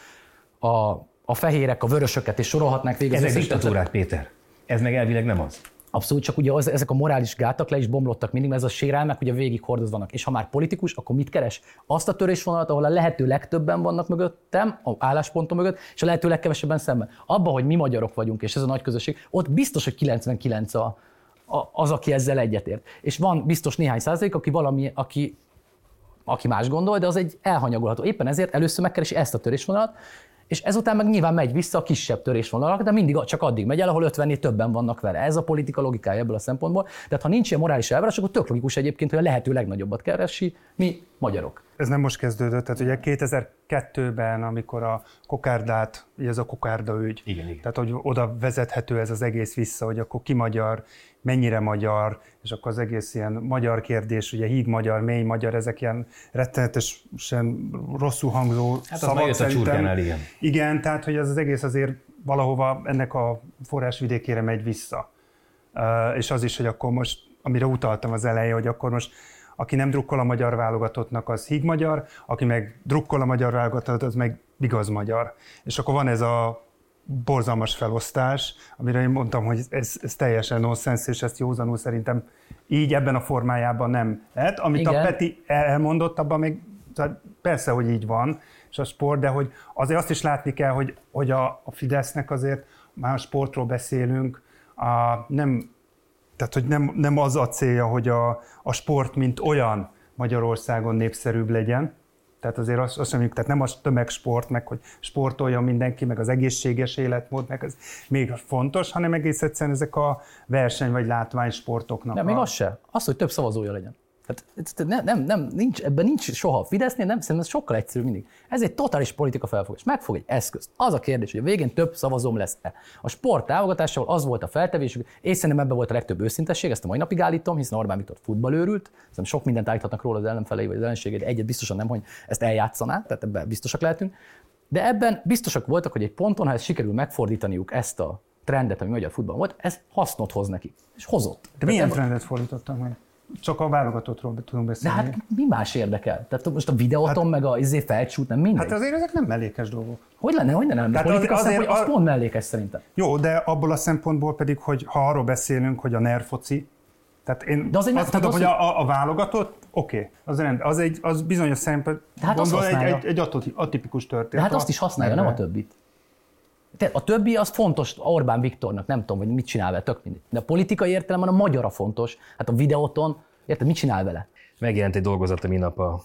a, a fehérek, a vörösöket, és sorolhatnánk végig. Ezek diktatúrák, Péter. Ez meg elvileg nem az. Abszolút, csak ugye az, ezek a morális gátak le is bomlottak mindig, mert ez a sérelmek ugye végig hordozvanak. És ha már politikus, akkor mit keres? Azt a törésvonalat, ahol a lehető legtöbben vannak mögöttem, a álláspontom mögött, és a lehető legkevesebben szemben. Abba, hogy mi magyarok vagyunk, és ez a nagy közösség, ott biztos, hogy kilencvenkilenc a, a, az, aki ezzel egyetért. És van biztos néhány százalék, aki valami, aki, aki más gondol, de az egy elhanyagolható. Éppen ezért először megkeresi ezt a törésvonalat, és ezután meg nyilván megy vissza a kisebb törésvonalak, de mindig csak addig megy el, ahol ötvennél többen vannak vele. Ez a politika logikája ebből a szempontból. Tehát ha nincs ilyen morális elvárás, akkor tök logikus egyébként, hogy a lehető legnagyobbat keresi mi magyarok. Ez nem most kezdődött, tehát ugye kétezer-kettőben, amikor a kokárdát, ugye ez a kokárda ügy, igen, igen. Tehát hogy oda vezethető ez az egész vissza, hogy akkor ki magyar, mennyire magyar, és akkor az egész ilyen magyar kérdés, ugye híg magyar, mély magyar, ezek ilyen rettenetesen rosszul hangzó hát szavak az szerintem. A csurkánál, igen. Igen, tehát hogy ez az egész azért valahova ennek a forrásvidékére megy vissza. Uh, és az is, hogy akkor most, amire utaltam az elején, hogy akkor most aki nem drukkol a magyar válogatottnak, az híg magyar, aki meg drukkol a magyar válogatott, az meg igaz magyar. És akkor van ez a borzalmas felosztás, amire én mondtam, hogy ez, ez teljesen nonsens, és ezt józanul szerintem így ebben a formájában nem lehet. Amit igen. A Peti elmondott, abban még persze, hogy így van, és a sport, de hogy azért azt is látni kell, hogy, hogy a, a Fidesznek azért, már a sportról beszélünk, a, nem, tehát hogy nem, nem az a célja, hogy a, a sport mint olyan Magyarországon népszerűbb legyen. Tehát azért azt, azt mondjuk, tehát nem az tömegsport, meg hogy sportoljon mindenki, meg az egészséges életmód, meg ez még fontos, hanem egész egyszerűen ezek a verseny- vagy látványsportoknak. Nem, a... még az se. Az, hogy több szavazója legyen. Tehát nem, nem, nem, nincs, ebben nincs soha. Fidesznél nem, szerintem ez sokkal egyszerűbb mindig. Ez egy totális politika felfogás. Megfog egy eszközt. Az a kérdés, hogy a végén több szavazóm lesz-e. A sport támogatásával az volt a feltevésük, és szerintem ebben volt a legtöbb őszintesség, ezt a mai napig állítom, hiszen Orbán Viktor futballőrült. Szerintem sok mindent állíthatnak róla az ellenfelei vagy az ellenségei, de egyet biztosan nem, hogy ezt eljátszaná, tehát ebben biztosak lehetünk. De ebben biztosak voltak, hogy egy ponton, ha ezt sikerül megfordítaniuk ezt a trendet, ami magyar futball volt, ez hasznot hoz neki. És hozott. De milyen trendet fordítottam meg? Csak a válogatottról tudunk beszélni. De hát mi más érdekel? Tehát most a videóton, hát, meg a izé felcsút, nem mindegy. Hát azért ezek nem mellékes dolgok. Hogy lenne, hogy lenne? A politika az, azért, az pont mellékes szerintem. Jó, de abból a szempontból pedig, hogy ha arról beszélünk, hogy a NER foci, tehát én de az azt mondom, hogy a, a válogatott, oké, okay, az, rend, az, egy, az bizonyos szempontból hát egy, egy, egy atipikus történet. De hát azt is használja, nem a többit. A többi az fontos Orbán Viktornak, nem tudom, hogy mit csinál vele, tök mindegy. De a politikai értelemben a magyar a fontos. Hát a videóton, érted, mit csinál vele? Megjelent egy dolgozat a minap a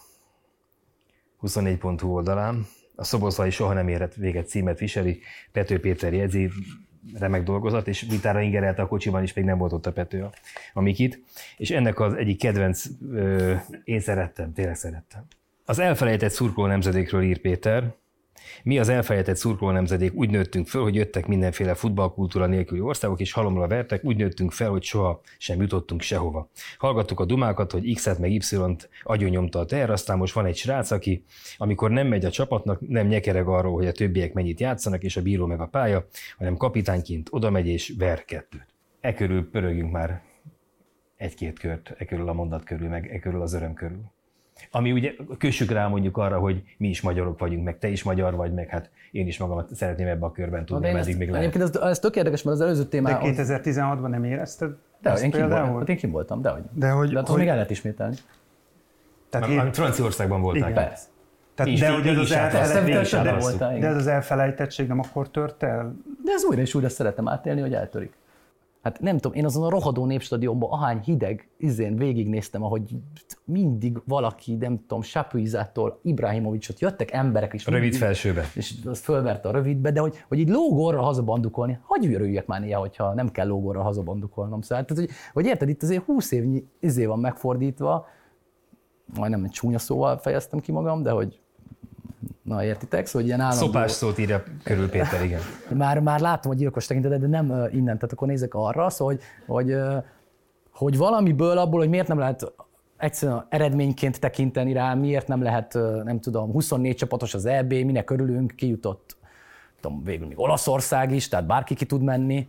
huszonnégy pont hu oldalán. A Szoboszlai soha nem érett véget címet viseli. Pető Péter jegyzi, remek dolgozat, és vitára ingerelte a kocsiban is, még nem volt ott a Pető, a, a Mikit. És ennek az egyik kedvenc, ö, én szerettem, tényleg szerettem. Az elfelejtett szurkoló nemzedékről ír Péter. Mi az elfelejtett szurkoló nemzedék úgy nőttünk föl, hogy jöttek mindenféle futballkultúra nélküli országok, és halomra vertek, úgy nőttünk fel, hogy soha sem jutottunk sehova. Hallgattuk a dumákat, hogy X-et meg Y-t agyonnyomta a teher, aztán most van egy srác, aki, amikor nem megy a csapatnak, nem nyekereg arról, hogy a többiek mennyit játszanak, és a bíró meg a pálya, hanem kapitányként oda megy és ver kettőt. E körül pörögjünk már egy-két kört, e körül a mondat körül, meg e körül az öröm körül. Ami ugye kössük rá mondjuk arra, hogy mi is magyarok vagyunk, meg te is magyar vagy, meg hát én is magamat szeretném ebbe a körben tudni, meddig ezt, még lehet. Egyébként ez, ez tök érdekes, mert az előző témában... De kétezer-tizenhatban nem érezted? De én kim voltam, hát én kim voltam, de hogy. De hogy, de hogy... még el lehet ismételni. Tehát én... Amit Franciaországban voltál. Igen. Persze. Tehát, de, hogy ez az elfelejtettség, de, de ez az elfelejtettség nem akkor tört el? De ez újra és újra szeretem átélni, hogy eltörik. Hát nem tudom, én azon a rohadó népstadionban ahány hideg izén végignéztem, ahogy mindig valaki, nem tudom, Sapuizától Ibrahimovicsot jöttek emberek is. Rövid felsőbe. És az fölverte a rövidbe, de hogy, hogy így lógorra hazabandukolni, hagyj örüljek már néha, hogyha nem kell lógorra hazabandukolnom. Szóval, tehát, hogy, hogy érted, itt azért húsz évnyi izé van megfordítva, majdnem egy csúnya szóval fejeztem ki magam, de hogy na értitek, szóval ilyen állandó... Szopás szót írja körül Péter, igen. Már, már látom a gyilkos tekintetet, de nem uh, innen, tehát akkor nézek arra, szóval, hogy, hogy, uh, hogy valamiből abból, hogy miért nem lehet egyszerűen eredményként tekinteni rá, miért nem lehet, uh, nem tudom, huszonnégy csapatos az é bé, minek örülünk, kijutott, tudom, végül még Olaszország is, tehát bárki ki tud menni.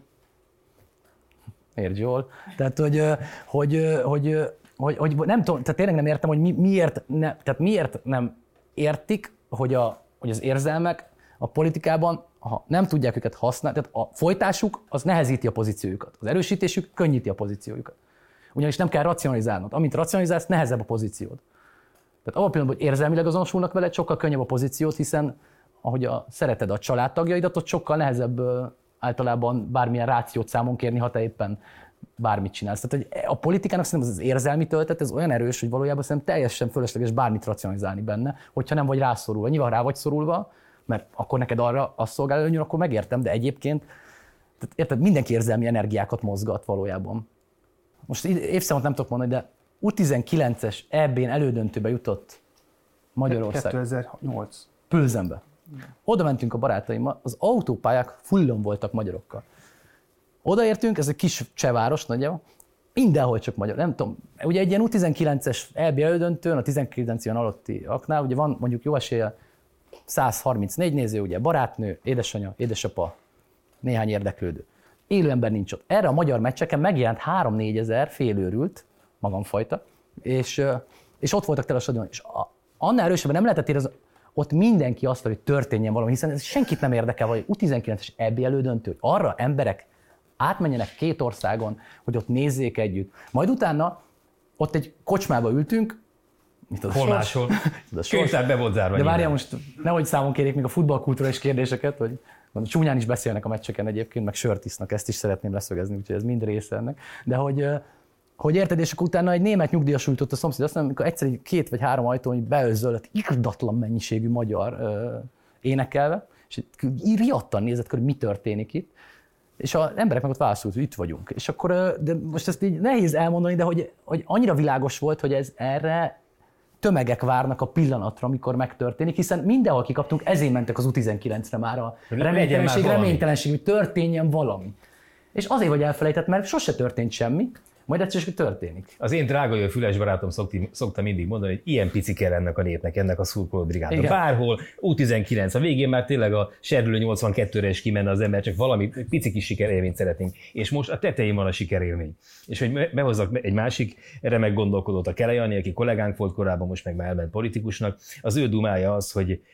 Értsd jól? Tehát, hogy, uh, hogy, uh, hogy, uh, hogy, hogy nem tudom, tehát tényleg nem értem, hogy mi, miért, ne, tehát miért nem értik, hogy, a, hogy az érzelmek a politikában, ha nem tudják őket használni, tehát a folytásuk az nehezíti a pozíciójukat, az erősítésük könnyíti a pozíciójukat. Ugyanis nem kell racionalizálnod. Amint racionalizálsz, nehezebb a pozíciód. Tehát abban a pillanatban, hogy érzelmileg azonosulnak veled, sokkal könnyebb a pozíciód, hiszen ahogy a, szereted a családtagjaidat, ott sokkal nehezebb általában bármilyen rációt számon kérni, ha te éppen bármit csinálsz. Tehát hogy a politikának szerintem az, az érzelmi töltet, ez olyan erős, hogy valójában szerintem teljesen fölösleges bármit racionalizálni benne, hogyha nem vagy rászorulva. Nyilván rá vagy szorulva, mert akkor neked arra az szolgál előnyön, akkor megértem, de egyébként tehát érted, mindenki érzelmi energiákat mozgat valójában. Most évszámot nem tudok mondani, de U tizenkilences é bén elődöntőbe jutott Magyarország. kétezer-nyolc. Plzenbe. Oda mentünk a barátaimmal, az autópályák fullon voltak magyarokkal. Odaértünk, ez egy kis cseváros nagyjából, mindenhol csak magyar, nem tudom. Ugye egy ilyen U tizenkilences é bé elődöntőn, a tizenkilenc éven alatti aknál, ugye van mondjuk jó eséllyel száz harmincnégy néző, ugye barátnő, édesanyja, édesapa, néhány érdeklődő. Élő ember nincs ott. Erre a magyar meccseken megjelent három-négy ezer félőrült, magamfajta, és, és ott voltak tele a stadion. És a, annál erősebben nem lehetett érezni, ott mindenki azt, hogy történjen valami, hiszen ez senkit nem érdekel, hogy U tizenkilences é bé elődöntő, hogy arra emberek átmenjenek két országon, hogy ott nézzék együtt. Majd utána ott egy kocsmába ültünk, mit az hol máshol? Könyvtár be volt zárva. De várjál most, nehogy számon kérjék még a futballkulturális kérdéseket, hogy csúnyán is beszélnek a meccseken egyébként, meg sört isznak, ezt is szeretném leszögezni, úgyhogy ez mind része ennek. De hogy, hogy érted, és akkor utána egy német nyugdíjas ült ott a szomszéd, azt mondom, amikor egyszer egy két vagy három ajtón beőzölt, irdatlan mennyiségű magyar ö, énekelve, és riadtan nézett, hogy mi történik itt. És az emberek meg ott válaszolt, hogy itt vagyunk. És akkor, de most ezt így nehéz elmondani, de hogy, hogy annyira világos volt, hogy ez erre tömegek várnak a pillanatra, amikor megtörténik, hiszen mindenhol kikaptunk, ezért mentek az U tizenkilencre már a reménytelenség, reménytelenség, hogy történjen valami. És azért vagy elfelejtett, mert sose történt semmi, majd egyszer csak történik. Az én drága jó füles barátom szokti, szokta mindig mondani, hogy ilyen pici kell ennek a népnek, ennek a szurkolóbrigádnak. Bárhol U tizenkilenc, a végén már tényleg a serdülő nyolcvankettőre is kimenne az ember, csak valami pici kis sikerélményt szeretnénk. És most a tetején van a sikerélmény. És hogy behozzak egy másik remek gondolkodót, a Kele Jani, aki kollégánk volt korábban, most meg már elment politikusnak, az ő dumája az, hogy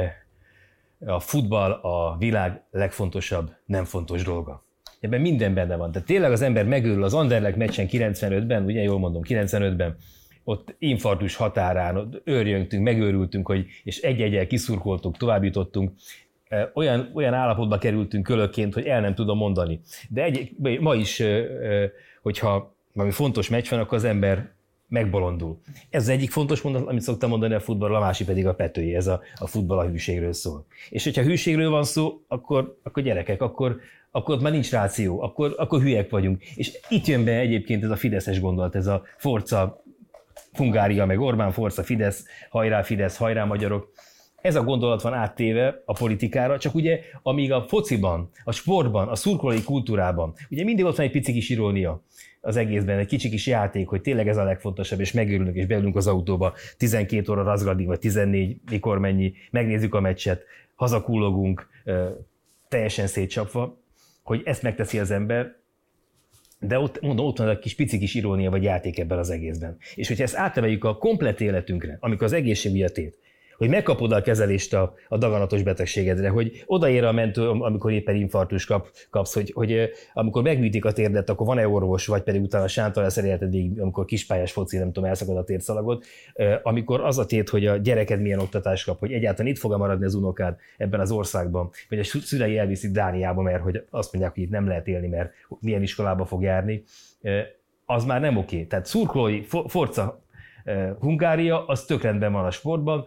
a futball a világ legfontosabb, nem fontos dolga. Ebben minden benne van. Tehát tényleg az ember megőrül az Anderlecht meccsen kilencvenötben, ugye jól mondom, kilencvenötben, ott infarktus határán, ott őrjöntünk, megőrültünk, hogy, és egy-egyel kiszurkoltuk, továbbjutottunk. Olyan, olyan állapotba kerültünk kölökként, hogy el nem tudom mondani. De egy, ma is, hogyha valami fontos meccs van, akkor az ember megbolondul. Ez az egyik fontos mondat, amit szoktam mondani a futballról, a másik pedig a petői, ez a, a futball a hűségről szól. És hogyha hűségről van szó, akkor, akkor gyerekek, akkor, akkor ott már nincs ráció, akkor, akkor hülyek vagyunk. És itt jön be egyébként ez a fideszes gondolat, ez a Forca Hungária, meg Orbán Forca Fidesz, hajrá Fidesz, hajrá magyarok. Ez a gondolat van áttéve a politikára, csak ugye amíg a fociban, a sportban, a szurkolói kultúrában, ugye mindig ott van egy pici kis irónia az egészben, egy kicsi kis játék, hogy tényleg ez a legfontosabb, és megőrülünk, és beülünk az autóba tizenkét óra razgradig, vagy tizennégy, mikor mennyi, megnézzük a meccset, hazakullogunk, teljesen szétcsapva, hogy ezt megteszi az ember, de ott, mondom, ott van a kis pici kis irónia vagy játék ebben az egészben. És hogyha ezt átemeljük a komplett életünkre, amikor az egészségügy a tét, hogy megkapod a kezelést a, a daganatos betegségedre, hogy odaér a mentő, amikor éppen infarktus kap, kapsz, hogy, hogy amikor megműtik a térdet, akkor van-e orvos, vagy pedig utána sántal leszerélheted végig, amikor kispályás foci, nem tudom, elszakad a térszalagot, amikor az a tét, hogy a gyereked milyen oktatást kap, hogy egyáltalán itt fog maradni az unokád ebben az országban, vagy a szülei elviszik Dániába, mert hogy azt mondják, hogy itt nem lehet élni, mert milyen iskolába fog járni, az már nem oké. Tehát szurkolói, Forza Hungária, az tök rendben van a sportban,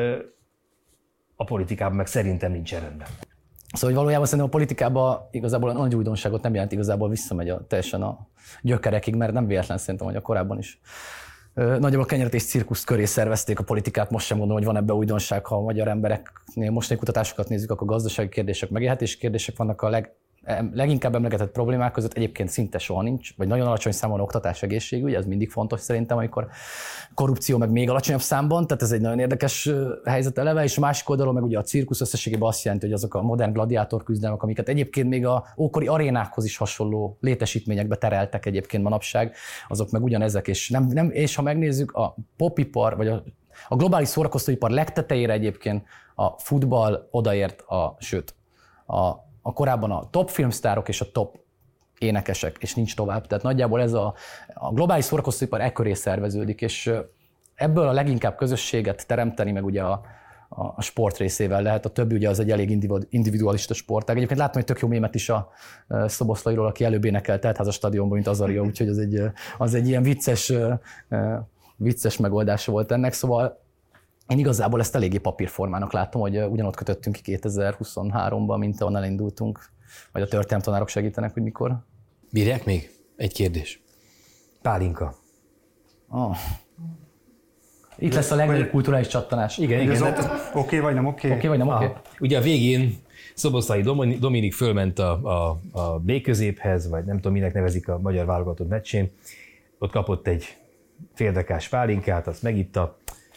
a politikában meg szerintem nincs rendben. Szóval valójában szerintem a politikában igazából a nagy újdonságot nem jelent, igazából visszamegy a, teljesen a gyökerekig, mert nem véletlen szerintem, hogy a korábban is nagyobb a kenyeret és cirkuszt köré szervezték a politikát, most sem gondolom, hogy van ebbe újdonság, ha a magyar embereknél mostani kutatásokat nézzük, akkor gazdasági kérdések, megélhetési kérdések vannak a leg, leginkább emlegetett problémák között, egyébként szinte soha nincs, vagy nagyon alacsony számon oktatás, egészségügy, ez mindig fontos szerintem, amikor korrupció meg még alacsonyabb számban, tehát ez egy nagyon érdekes helyzet eleve, és a másik oldalon meg ugye a cirkusz összességében azt jelenti, hogy azok a modern gladiátor küzdelmek, amiket egyébként még a ókori arénákhoz is hasonló létesítményekbe tereltek egyébként manapság, azok meg ugyanezek, és, nem, nem, és ha megnézzük a popipar, vagy a, a globális szórakoztatóipar legtetejére egyébként a futball odaért, a, sőt, a a korábban a top filmsztárok és a top énekesek, és nincs tovább. Tehát nagyjából ez a, a globális szórakoztatóipar e köré szerveződik, és ebből a leginkább közösséget teremteni, meg ugye a, a, a sport részével lehet, a többi ugye az egy elég individualista sportág. Egyébként láttam egy tök jó mémet is a Szoboszlairól, aki előbb énekelt Teltháza stadionban, mint Azaria, úgyhogy az egy, az egy ilyen vicces, vicces megoldása volt ennek, szóval én igazából ezt eléggé papírformának látom, hogy ugyanott kötöttünk ki kétezer-huszonháromban, mint ahonnan elindultunk, vagy a történelemtanárok segítenek, hogy mikor. Bírják még? Egy kérdés. Pálinka. Oh. Itt lesz a legnagyobb kulturális csattanás. Igen, igen. Oké okay, vagy nem oké? Okay? Oké okay, vagy nem oké? Okay? Ugye a végén Szoboszlai Dominik fölment a, a, a B-középhez, vagy nem tudom, minek nevezik a magyar válogatott meccsén. Ott kapott egy féldekás pálinkát, azt megitta,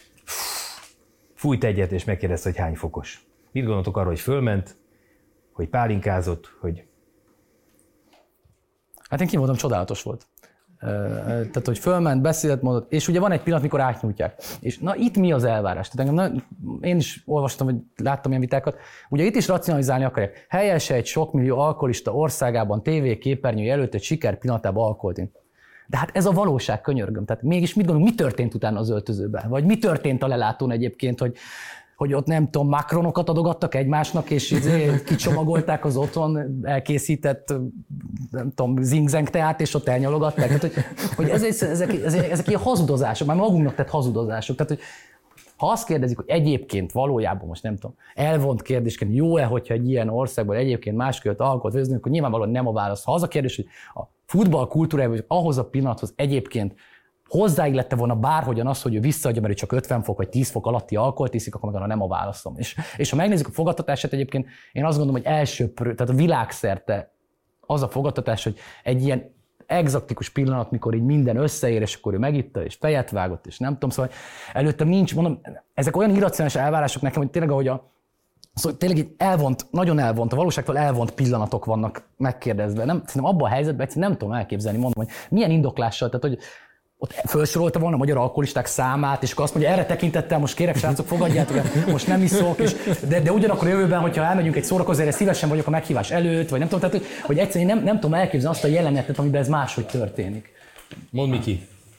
fújt egyet, és megkérdezte, hogy hány fokos. Mit gondoltok arról, hogy fölment, hogy pálinkázott, hogy... Hát én kimondom, csodálatos volt. Tehát, hogy fölment, beszélt, mondott, és ugye van egy pillanat, mikor átnyújtják. És na itt mi az elvárás? Tehát engem, na, én is olvastam, vagy láttam ilyen vitákat. Ugye itt is racionalizálni akarják. Helyes egy sok millió alkoholista országában tévé képernyője előtt egy siker pillanatában alkoholt. De hát ez a valóság, könyörgöm. Tehát mégis mit gondolunk, mi történt utána az öltözőben? Vagy mi történt a lelátón egyébként, hogy, hogy ott nem tudom, makronokat adogattak egymásnak, és kicsomagolták az otthon elkészített, nem tudom, zingzeng teát, és ott elnyalogatták. Tehát, hogy, hogy ez, ezek, ezek, ezek ilyen hazudozások, már magunknak tett hazudozások. Tehát, hogy ha azt kérdezik, hogy egyébként valójában most nem tudom, elvont kérdésként jó-e, hogyha egy ilyen országban egyébként másképp alkot vezetni, akkor nyilvánvalóan nem a válasz. Ha az a kérdés, hogy a futball kultúrájában, hogy ahhoz a pillanathoz egyébként hozzáillette volna bárhogyan az, hogy ő visszaadja, mert ő csak ötven fok vagy tíz fok alatti alkoholt iszik, akkor meg arra nem a válaszom. És, és ha megnézzük a fogadtatását egyébként, én azt gondolom, hogy elsőprő, tehát a világszerte az a fogadtatás, hogy egy ilyen egzaktikus pillanat, mikor így minden összeér, és akkor ő megitta, és fejet vágott, és nem tudom, szóval előttem nincs, mondom, ezek olyan irracionális elvárások nekem, hogy tényleg, ahogy a Szóval tényleg itt elvont, nagyon elvont, a valóságtól elvont pillanatok vannak megkérdezve. Nem, szerintem abban a helyzetben egyszerűen nem tudom elképzelni, mondom, hogy milyen indoklással, tehát hogy ott felsorolta volna a magyar alkoholisták számát, és akkor azt mondja, erre tekintettel most kérek, srácok, fogadjátok el, most nem iszok, és de, de ugyanakkor jövőben, hogyha elmegyünk egy szórakozóra, szívesen vagyok a meghívás előtt, vagy nem tudom, tehát hogy, hogy egyszerűen nem, nem tudom elképzelni azt a jelenetet, amiben ez máshogy történik. Mondd, Miki.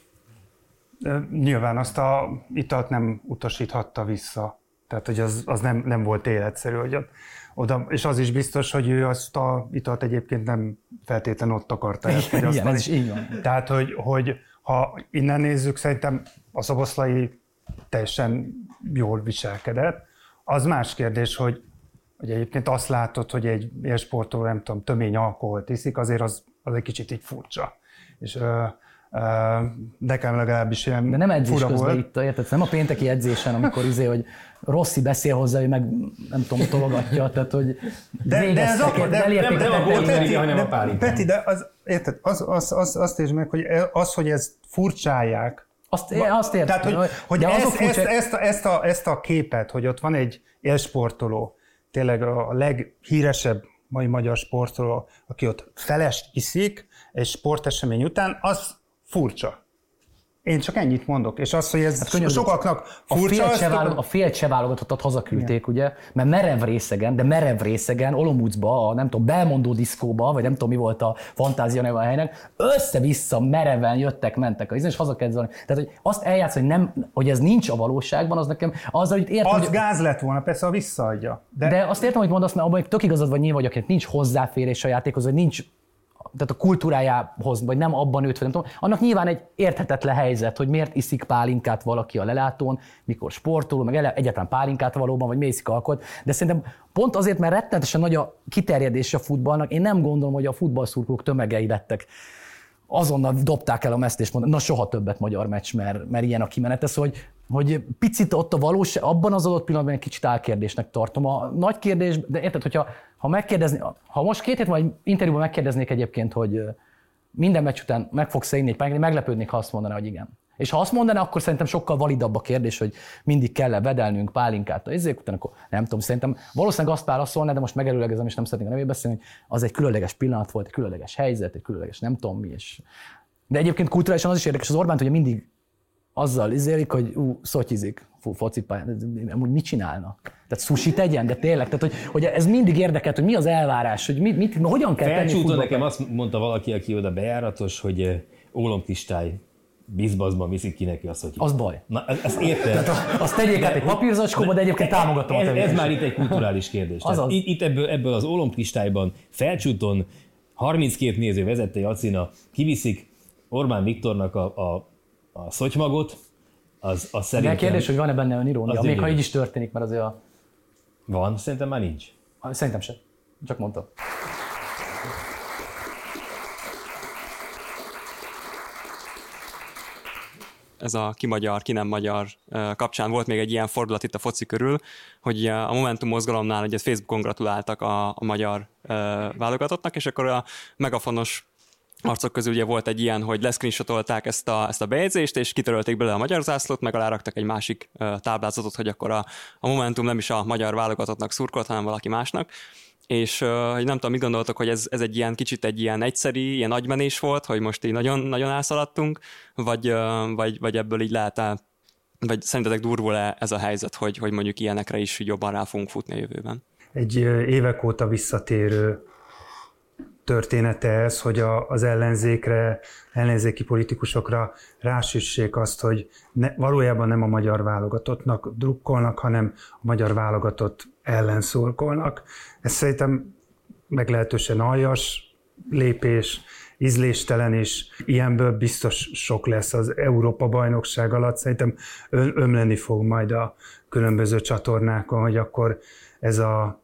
Nyilván azt a italt nem utasíthatta vissza. Tehát, hogy az, az nem, nem volt életszerű, hogy oda, és az is biztos, hogy ő azt a italt egyébként nem feltétlenül ott akarta elfogyasztani. Igen, ez is így van. Tehát, hogy, hogy ha innen nézzük, szerintem a Szoboszlai teljesen jól viselkedett. Az más kérdés, hogy, hogy egyébként azt látod, hogy egy élsportoló, nem tudom, tömény alkoholt iszik, azért az, az egy kicsit így furcsa. És, nekem legalábbis ilyen de nem edzés fura közben volt. itt, érted? Nem a pénteki edzésen, amikor izé, hogy Rossi beszél hozzá, hogy meg nem tudom, tologatja, tehát hogy de, de ez akkor, de, nem, nem a Peti, hanem a Pálinkán. Peti, de az, érted, az, az, az, azt értsd meg, hogy az, hogy ezt furcsálják, Azt, azt értem. tehát, hogy, hogy ezt, furcsa... ezt, ezt, a, ezt, a, ezt a képet, hogy ott van egy élsportoló, tényleg a leghíresebb mai magyar sportoló, aki ott felest iszik, egy sportesemény után, az furcsa. Én csak ennyit mondok, és az, hogy ez hát könyörgő, sokaknak furcsa. A fél cseh válogatottat hazaküldték, ugye, mert merev részegen, de merev részegen, Olomoucba, a nem tudom, Belmondó diszkóba, vagy nem tudom mi volt a fantázia neve a helynek, össze-vissza mereven jöttek, mentek a és haza kellett. Tehát, hogy azt eljátszani, hogy, nem, hogy ez nincs a valóságban, az nekem, az, hogy értem, az hogy, gáz lett volna, persze, ha visszaadja. De, de azt értem, hogy mondasz, mert abban tök igazad vagy nyilván, hogy akinek nincs hozzáférés a játékhoz, vagy nincs tehát a kultúrájához, vagy nem abban nőtt fel, nem tudom, annak nyilván egy érthetetlen helyzet, hogy miért iszik pálinkát valaki a lelátón, mikor sportoló, meg egyáltalán pálinkát valóban, vagy miért iszik alkot, de szerintem pont azért, mert rettenetesen nagy a kiterjedés a futballnak, én nem gondolom, hogy a futballszurkolók tömegei lettek. Azonnal dobták el a meszt, és mondták, na soha többet magyar meccs, mert, mert ilyen a kimenete, szóval, hogy, hogy picit ott a valóság, abban az adott pillanatban egy kicsit álkérdésnek tartom. A nagy kérdés, de érted, hogyha ha megkérdezni, ha most két hét vagy interjúban megkérdeznék egyébként, hogy minden meccs után meg fogsz inni egy pálinkát, meglepődnék, ha azt mondaná, hogy igen. És ha azt mondaná, akkor szerintem sokkal validabb a kérdés, hogy mindig kell-e vedelnünk pálinkát. Ezért után akkor nem tudom, szerintem valószínűleg azt válaszolná, de most megerőlegezem, és nem szeretnék a nevében beszélni, hogy az egy különleges pillanat volt, egy különleges helyzet, egy különleges nem tudom mi. És... De egyébként kulturálisan az is érdekes, az Orbánt ugye mindig azzal izélik, hogy ú, szotyizik, fú, focipályán, amúgy mit csinálna? Tehát sushi tegyen, de tényleg, tehát hogy, hogy ez mindig érdekelt, hogy mi az elvárás, hogy mit, mit hogyan kell tenni futballban. Nekem azt mondta valaki, aki oda bejáratos, hogy ólomkristály bizbaszban viszik ki neki azt, hogy... Az baj. Na, ezt érted? Tehát azt tegyék át egy papírzacskóba, de egyébként támogatom ez, a ez már itt egy kulturális kérdés. Tehát itt, itt ebből, ebből az ólomkristályban felcsúton harminckét néző vezette Jacina, kiviszik Orbán Viktornak a, a, a szotymagot, az, az szerintem... De kérdés, hogy van-e benne olyan irónia, még ha így is történik, mert azért a... Van, szerintem már nincs. Szerintem sem. Csak mondtam. Ez a ki magyar, ki nem magyar kapcsán volt még egy ilyen fordulat itt a foci körül, hogy a Momentum mozgalomnál ugye Facebookon gratuláltak a, a magyar válogatottnak, és akkor a megafonos arcok közül ugye volt egy ilyen, hogy leszcreenshotolták ezt a, ezt a bejegyzést, és kitörölték belőle a magyar zászlót, meg aláraktak egy másik táblázatot, hogy akkor a, a Momentum nem is a magyar válogatottnak szurkolt, hanem valaki másnak. És hogy nem tudom, mit gondoltok, hogy ez, ez egy ilyen kicsit egy ilyen egyszeri, ilyen agymenés volt, hogy most így nagyon, nagyon elszaladtunk, vagy, vagy, vagy ebből így lehet el, vagy szerintetek durvul-e ez a helyzet, hogy, hogy mondjuk ilyenekre is jobban rá fogunk futni a jövőben? Egy évek óta visszatérő története ez, hogy a, az ellenzékre, ellenzéki politikusokra rásüssék azt, hogy ne, valójában nem a magyar válogatottnak drukkolnak, hanem a magyar válogatott ellen szurkolnak. Ez szerintem meglehetősen aljas lépés, ízléstelen, és ilyenből biztos sok lesz az Európa-bajnokság alatt. Szerintem ömleni fog majd a különböző csatornákon, hogy akkor ez a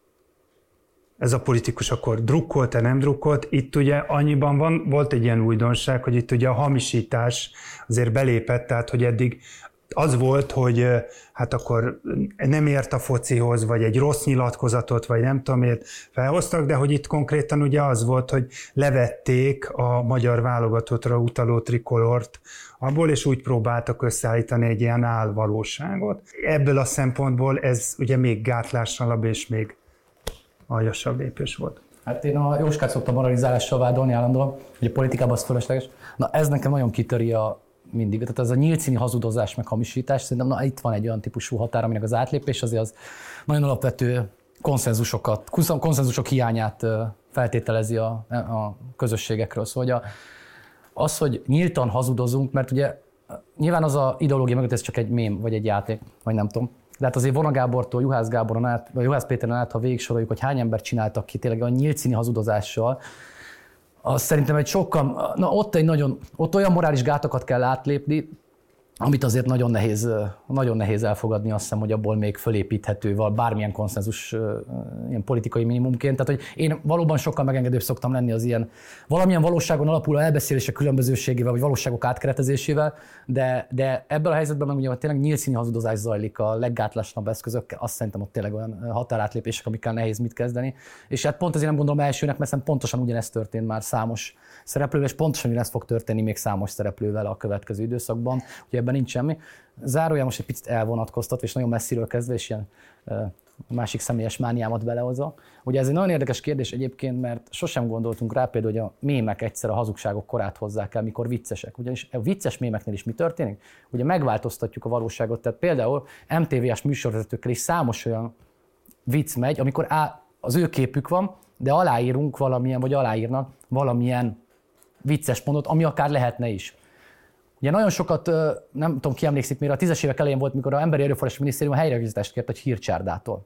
ez a politikus akkor drukkolt-e, nem drukkolt. Itt ugye annyiban van, volt egy ilyen újdonság, hogy itt ugye a hamisítás azért belépett, tehát hogy eddig az volt, hogy hát akkor nem ért a focihoz, vagy egy rossz nyilatkozatot, vagy nem tudom miért felhoztak, de hogy itt konkrétan ugye az volt, hogy levették a magyar válogatottra utaló trikolort abból, és úgy próbáltak összeállítani egy ilyen álvalóságot. Ebből a szempontból ez ugye még gátlástalanabb, és még aljasabb lépés volt. Hát én a Jóskát szoktam moralizálással vádolni állandóan, hogy a politikában az fölösleges. Na ez nekem nagyon kitöri a mindig. Tehát ez a nyílcíni hazudozás meg hamisítás, szerintem na, itt van egy olyan típusú határ, aminek az átlépés azért az nagyon alapvető konszenzusokat, konszenzusok hiányát feltételezi a, a közösségekről. Szóval hogy a, az, hogy nyíltan hazudozunk, mert ugye nyilván az a ideológia mögött ez csak egy mém, vagy egy játék, vagy nem tudom. De hát azért Vona Gábortól Juhász Gáboron át, vagy Juhász Péteren át, ha végig soroljuk, hogy hány embert csináltak ki tényleg a nyílcíni hazudozással, az szerintem egy sokkal, na ott egy nagyon, ott olyan morális gátokat kell átlépni, amit azért nagyon nehéz, nagyon nehéz elfogadni, azt hiszem, hogy abból még fölépíthető val bármilyen konszenzus ilyen politikai minimumként. Tehát, hogy én valóban sokkal megengedőbb szoktam lenni az ilyen valamilyen valóságon alapuló elbeszélések különbözőségével, vagy valóságok átkeretezésével, de, de ebben a helyzetben meg ugye tényleg nyílcíni hazudozás zajlik a leggátlásnabb eszközökkel, azt szerintem ott tényleg olyan határátlépések, amikkel nehéz mit kezdeni. És hát pont azért nem gondolom elsőnek, mert szerintem pontosan ugyanezt történt már számos szereplővel, és pontosan ugyanezt fog történni még számos szereplővel a következő időszakban, úgyhogy ebben nincs semmi. Zárójel most egy picit elvonatkoztatva, és nagyon messziről kezdve, és ilyen a másik személyes mániámat belehozva. Ugye ez egy nagyon érdekes kérdés egyébként, mert sosem gondoltunk rá például, hogy a mémek egyszer a hazugságok korát hozzák el, mikor viccesek. Ugyanis a vicces mémeknél is mi történik? Ugye megváltoztatjuk a valóságot. Tehát például em té vé-s műsorvezetőkkel is számos olyan vicc megy, amikor á, az ő képük van, de aláírunk valamilyen, vagy aláírnak valamilyen vicces mondat, ami akár lehetne is. Ugye nagyon sokat, nem tudom, ki emlékszik, mire a tízes évek elején volt, mikor az Emberi Erőforrási Minisztérium a helyreigazítást kért egy hírcsárdától.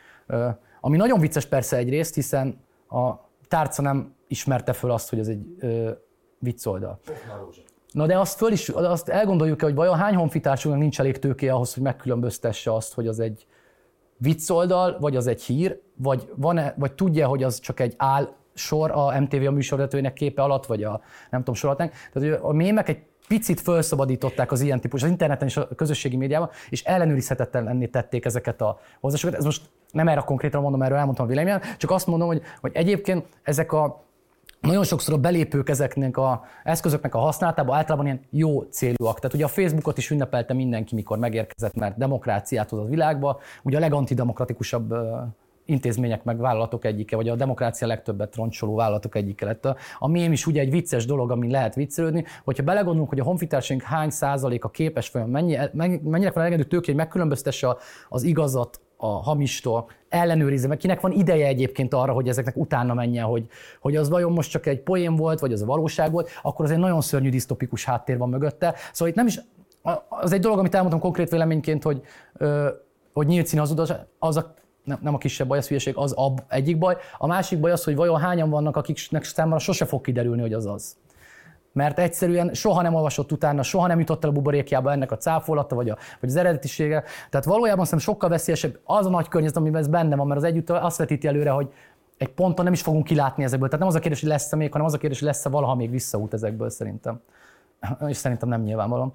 Ami nagyon vicces persze egyrészt, hiszen a tárca nem ismerte föl azt, hogy ez egy viccoldal. Na de azt, föl is, azt elgondoljuk el, hogy vajon hány honfitársunknak nincs elég tőké ahhoz, hogy megkülönböztesse azt, hogy az egy viccoldal, vagy az egy hír, vagy, van-e, vagy tudja, hogy az csak egy álsor a em té vé a műsorvezetőjének képe alatt, vagy a nem tudom, sorolhatnánk. Tehát a mémek egy picit felszabadították az ilyen típus, az interneten és a közösségi médiában, és ellenőrizhetetlenné tették ezeket a hozzásokat. Ez most nem erre konkrétan mondom, erről elmondtam a véleményem, csak azt mondom, hogy, hogy egyébként ezek a nagyon sokszor a belépők ezeknek az eszközöknek a használatában általában ilyen jó célúak. Tehát ugye a Facebookot is ünnepelte mindenki, mikor megérkezett, mert demokráciát hoz a világba. Ugye a legantidemokratikusabb intézmények meg vállalatok egyike, vagy a demokrácia legtöbbet roncsoló vállalatok egyike lett. A mém is ugye egy vicces dolog, amin lehet viccelődni, hogyha belegondolunk, hogy a honfitársaink hány százaléka képes folyam, mennyi, mennyire van elegendő tőke, hogy megkülönböztesse az igazat a hamistól, ellenőrizze meg, kinek van ideje egyébként arra, hogy ezeknek utána menjen, hogy, hogy az vajon most csak egy poén volt, vagy az a valóság volt, akkor az egy nagyon szörnyű disztopikus háttér van mögötte. Szóval itt nem is, az egy dolog, amit elmondtam konkrét véleményként, hogy, hogy nyílt szín hazudás, az a Nem, nem a kisebb baj, az hülyeség, az a egyik baj. A másik baj az, hogy vajon hányan vannak, akiknek számára sose fog kiderülni, hogy az az. Mert egyszerűen soha nem olvasott utána, soha nem jutott el a buborékjába ennek a cáfolata, vagy, a, vagy az eredetisége. Tehát valójában szerintem sokkal veszélyesebb az a nagy környezet, amiben ez benne van, mert az együtt azt vetíti előre, hogy egy ponton nem is fogunk kilátni ezekből. Tehát nem az a kérdés, hogy lesz-e még, hanem az a kérdés, hogy lesz-e valaha még visszaút ezekből szerintem. És szerintem nem nyilvánvalóan.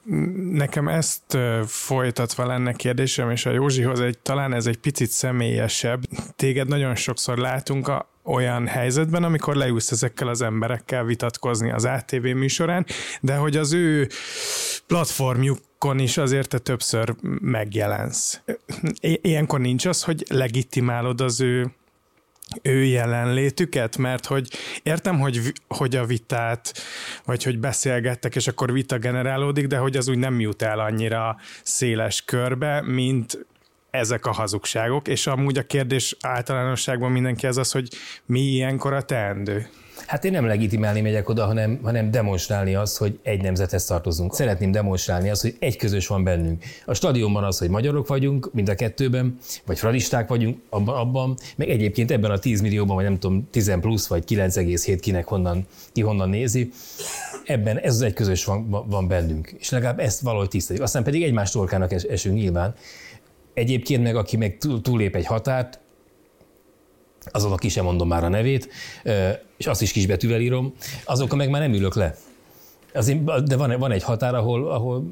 Nekem ezt folytatva lenne kérdésem, és a Józsihoz egy, talán ez egy picit személyesebb. Téged nagyon sokszor látunk a, olyan helyzetben, amikor leülsz ezekkel az emberekkel vitatkozni az á té vé műsorán, de hogy az ő platformjukon is azért te többször megjelensz. Ilyenkor nincs az, hogy legitimálod az ő ő jelenlétüket, mert hogy értem, hogy, hogy a vitát, vagy hogy beszélgettek, és akkor vita generálódik, de hogy az úgy nem jut el annyira széles körbe, mint ezek a hazugságok, és amúgy a kérdés általánosságban mindenki az az, hogy mi ilyenkor a teendő. Hát én nem legitimálni megyek oda, hanem, hanem demonstrálni azt, hogy egy nemzethez tartozunk. Szeretném demonstrálni azt, hogy egy közös van bennünk. A stadionban az, hogy magyarok vagyunk, mind a kettőben, vagy fradisták vagyunk abban, abban, meg egyébként ebben a tíz millióban, vagy nem tudom, tíz plusz, vagy kilenc egész hét kinek honnan, ki honnan nézi, ebben ez az egy közös van, van bennünk. És legalább ezt valahogy tiszteljük. Aztán pedig egymás torkának es, esünk nyilván. Egyébként meg, aki meg túllép egy határt, azonnak ki sem mondom már a nevét, és azt is kisbetűvel írom, azokkal meg már nem ülök le. Azért, de van, van egy határ, ahol, ahol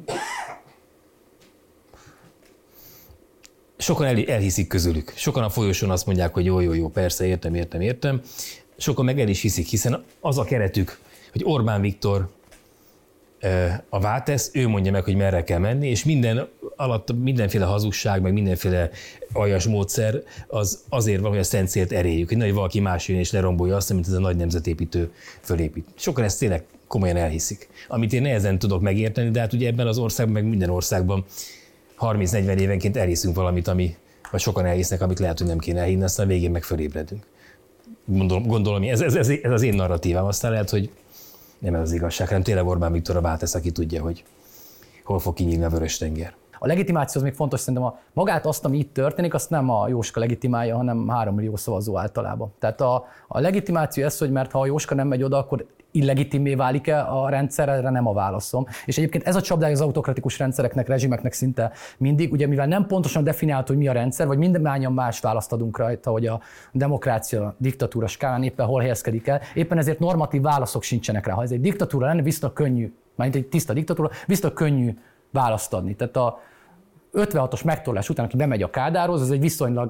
sokan el, elhiszik közülük. Sokan a folyosón azt mondják, hogy jó, jó, jó, persze, értem, értem, értem. Sokan meg el is hiszik, hiszen az a keretük, hogy Orbán Viktor a Váltesz, ő mondja meg, hogy merre kell menni, és minden alatt mindenféle hazugság, meg mindenféle aljas módszer az azért van, hogy a szent célt eréljük, hogy nagy valaki más jön és lerombolja azt, amit ez a nagy nemzetépítő fölépít. Sokan ezt tényleg komolyan elhiszik. Amit én nehezen tudok megérteni, de hát ugye ebben az országban, meg minden országban harminc-negyven évenként elhiszünk valamit, ami, vagy sokan elhisznek, amit lehet, hogy nem kéne elhinni, aztán a végén meg fölébredünk. Gondolom, gondolom ez, ez, ez, ez az én narratívám, aztán lehet, hogy nem ez az igazság, hanem tényleg Orbán Viktor a Váltesz, aki tudja, hogy hol fog kinyílni a Vörös-tenger. A legitimáció az még fontos, szerintem a magát azt, ami itt történik, azt nem a Jóska legitimálja, hanem három millió szavazó általában. Tehát a, a legitimáció ez, hogy mert ha a Jóska nem megy oda, akkor illegitimé válik-e a rendszer, erre nem a válaszom. És egyébként ez a csapdája az autokratikus rendszereknek, rezsimeknek szinte mindig, ugye mivel nem pontosan definiálható, hogy mi a rendszer, vagy mindannyian más választ adunk rajta, hogy a demokrácia, diktatúra skálán éppen hol helyezkedik el, éppen ezért normatív válaszok sincsenek rá. Ha ez egy diktatúra lenne, viszont könnyű, mármint egy tiszta diktatúra, viszont könnyű választ adni. Tehát a ötvenhatos megtorlás után, aki bemegy a Kádárhoz, ez egy viszonylag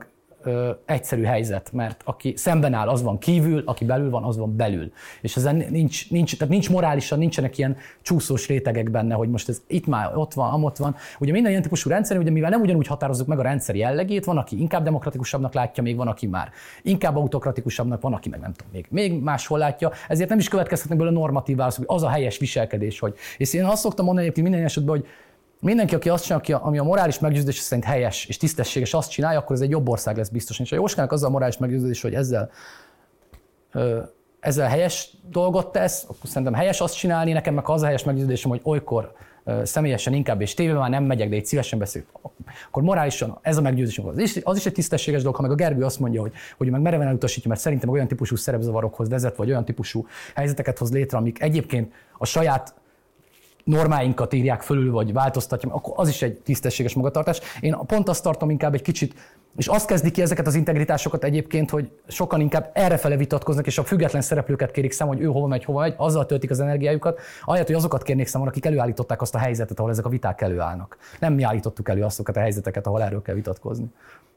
ö, egyszerű helyzet, mert aki szemben áll, az van kívül, aki belül van, az van belül. És ezen nincs, nincs, tehát nincs morálisan, nincsenek ilyen csúszós rétegek benne, hogy most ez itt már ott van, amott van. Ugye minden ilyen típusú rendszer, ugye mivel nem ugyanúgy határozzuk meg a rendszer jellegét, van, aki inkább demokratikusabbnak látja, még van, aki már inkább autokratikusabbnak, van, aki meg nem tudom, még, még máshol látja, ezért nem is következhetnek belőle normatív válaszok, hogy az a helyes viselkedés, hogy. És én azt szoktam mondani egyébként minden esetben, hogy mindenki, aki azt csinálja, ami a morális meggyőződés szerint helyes és tisztességes, azt csinálja, akkor ez egy jobb ország lesz biztosan. És a Jóskának az a morális meggyőződés, hogy ezzel, ö, ezzel helyes dolgot tesz, akkor szerintem helyes azt csinálni, nekem meg az a helyes meggyőződésem, hogy olykor ö, személyesen inkább és tévében már nem megyek, de így szívesen beszélek. Akkor morálisan ez a meggyőződésem az is, az is egy tisztességes dolog, ha meg a Gergő azt mondja, hogy, hogy meg mereven elutasítja, mert szerintem olyan típusú szerepzavarokhoz vezet, vagy olyan típusú helyzeteket hoz létre, amik egyébként a saját normáinkat írják fölül, vagy változtatja, akkor az is egy tisztességes magatartás. Én pont azt tartom inkább egy kicsit, és azt kezdik ki ezeket az integritásokat egyébként, hogy sokan inkább errefele vitatkoznak, és a független szereplőket kérik számon, hogy ő hova megy, hova megy, azzal töltik az energiájukat, ahelyett, hogy azokat kérnék számon, akik előállították azt a helyzetet, ahol ezek a viták előállnak. Nem mi állítottuk elő azokat a helyzeteket, ahol erről kell vitatkozni.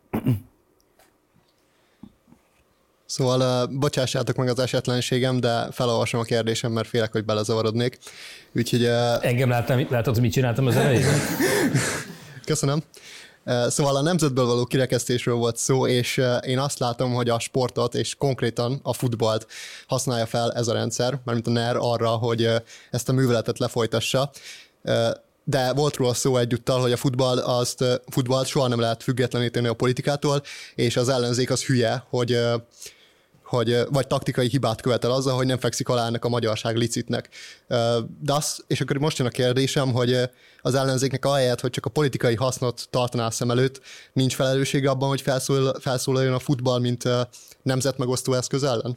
Szóval uh, bocsássátok meg az esetlenségem, de felolvasom a kérdésem, mert félek, hogy belezavarodnék. Úgyhogy... Uh... Engem láttam, látod, hogy mit csináltam az elejében? Köszönöm. Uh, szóval a nemzetből való kirekesztésről volt szó, és uh, én azt látom, hogy a sportot, és konkrétan a futballt használja fel ez a rendszer, mármint a NER arra, hogy uh, ezt a műveletet lefolytassa. Uh, de volt róla szó egyúttal, hogy a futball, azt, uh, futballt soha nem lehet függetleníteni a politikától, és az ellenzék az hülye, hogy... Uh, hogy vagy taktikai hibát követel azzal, hogy nem fekszik alá ennek a magyarság licitnek. De az, és akkor most jön a kérdésem, hogy az ellenzéknek ahelyett, hogy csak a politikai hasznot tartaná szem előtt, nincs felelőssége abban, hogy felszólal, felszólaljon a futball, mint nemzetmegosztó eszköz ellen?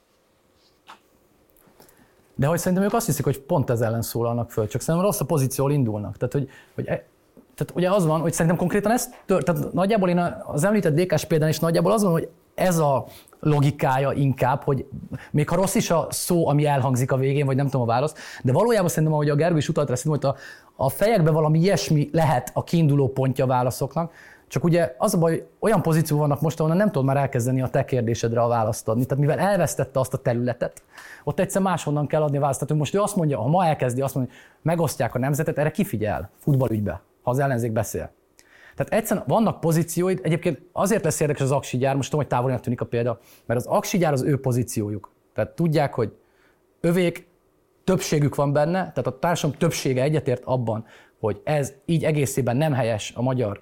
De hogy szerintem ők azt hiszik, hogy pont ez ellen szólalnak föl, csak szerintem rossz a pozícióval indulnak. Tehát, hogy, hogy tehát ugye az van, hogy szerintem konkrétan ez tört, tehát nagyjából én az említett dé ká-s példán is nagyjából az van, hogy ez a logikája inkább, hogy még ha rossz is a szó, ami elhangzik a végén, vagy nem tudom a válasz, de valójában szerintem, ahogy a Gergő is utalt rá, hogy a, a fejekben valami ilyesmi lehet a kiinduló pontja a válaszoknak, csak ugye az a baj, hogy olyan pozíció vannak most, ahonnan nem tudod már elkezdeni a te kérdésedre a választ adni. Tehát mivel elvesztette azt a területet, ott egyszer máshonnan kell adni a választ. Tehát most ő azt mondja, ha ma elkezdi azt mondani, hogy megosztják a nemzetet, erre kifigyel futballügybe, ha az ellenzék beszél. Tehát egyszerűen vannak pozícióid, egyébként azért lesz érdekes az aksi gyár, most tudom, hogy távolinak tűnik a példa, mert az aksi gyár az ő pozíciójuk. Tehát tudják, hogy övék, többségük van benne, tehát a társadalom többsége egyetért abban, hogy ez így egészében nem helyes a magyar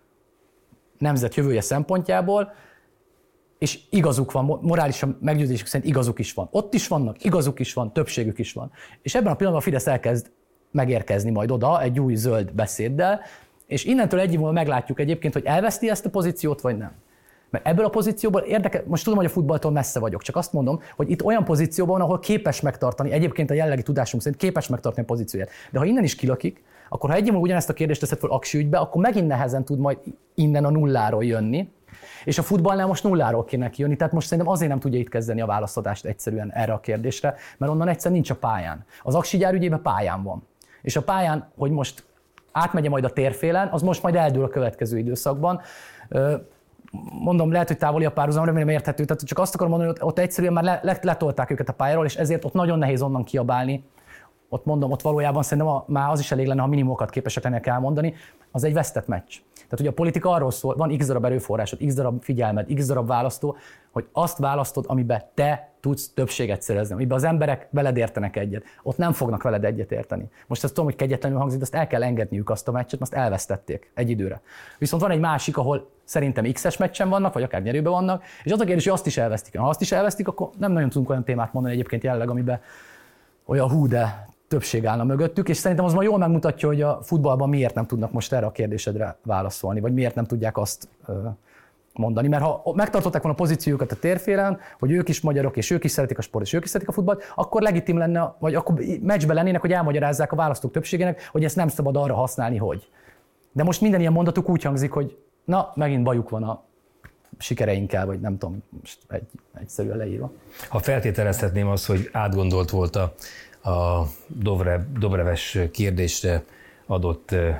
nemzet jövője szempontjából, és igazuk van, morálisan meggyőzésük szerint igazuk is van. Ott is vannak, igazuk is van, többségük is van. És ebben a pillanatban a Fidesz elkezd megérkezni majd oda egy új zöld beszéddel, és innentől egy év múlva meglátjuk egyébként, hogy elveszti ezt a pozíciót, vagy nem. Mert ebből a pozícióból érdekel, most tudom, hogy a futballtól messze vagyok, csak azt mondom, hogy itt olyan pozícióban van, ahol képes megtartani, egyébként a jellegi tudásunk szerint képes megtartani a pozícióját. De ha innen is kilakik, akkor ha egy év múlva ugyanezt a kérdést teszed fel aksi ügybe, akkor megint nehezen tud majd innen a nulláról jönni, és a futballnál most nulláról kéne kijönni, tehát most szerintem azért nem tudja itt kezdeni a válaszadást egyszerűen erre a kérdésre, mert onnan egyszer nincs a pályán. Az aksi gyár ügyében pályán van. És a pályán, hogy most átmegye majd a térfélen, az most majd eldől a következő időszakban. Mondom, lehet, hogy távoli a párhuzam, remélem érthető, tehát csak azt akarom mondani, hogy ott egyszerűen már le, letolták őket a pályáról, és ezért ott nagyon nehéz onnan kiabálni. Ott mondom, ott valójában szerintem a, már az is elég lenne, ha minimumokat képesek lennének elmondani, az egy vesztett meccs. Tehát ugye a politika arról szól, van x darab erőforrásod, x darab figyelmed, x darab választó, hogy azt választod, amiben te tudsz többséget szerezni, amiben az emberek veled értenek egyet. Ott nem fognak veled egyet érteni. Most ezt tudom, hogy kegyetlenül hangzik, de azt el kell engedniük azt a meccset, azt elvesztették egy időre. Viszont van egy másik, ahol szerintem X-es meccsen vannak, vagy akár nyerőben vannak, és az a kérdés, hogy azt is elvesztik. Ha azt is elvesztik, akkor nem nagyon tudunk olyan témát mondani egyébként jelenleg, amiben olyan hú, de többség állna mögöttük, és szerintem az ma jól megmutatja, hogy a futballban miért nem tudnak most erre a kérdésedre válaszolni, vagy miért nem tudják azt mondani. Mert ha megtartották volna a pozíciójukat a térfélen, hogy ők is magyarok, és ők is szeretik a sport, és ők is szeretik a futballt, akkor legitim lenne, vagy akkor meccsben lennének, hogy elmagyarázzák a választók többségének, hogy ezt nem szabad arra használni, hogy. De most minden ilyen mondatuk úgy hangzik, hogy na, megint bajuk van a sikereinkkel, vagy nem tudom, most egy, egyszerűen leírva. Ha feltételezhetném azt, hogy átgondolt volt a, a Dobrev, Dobreves kérdésre adott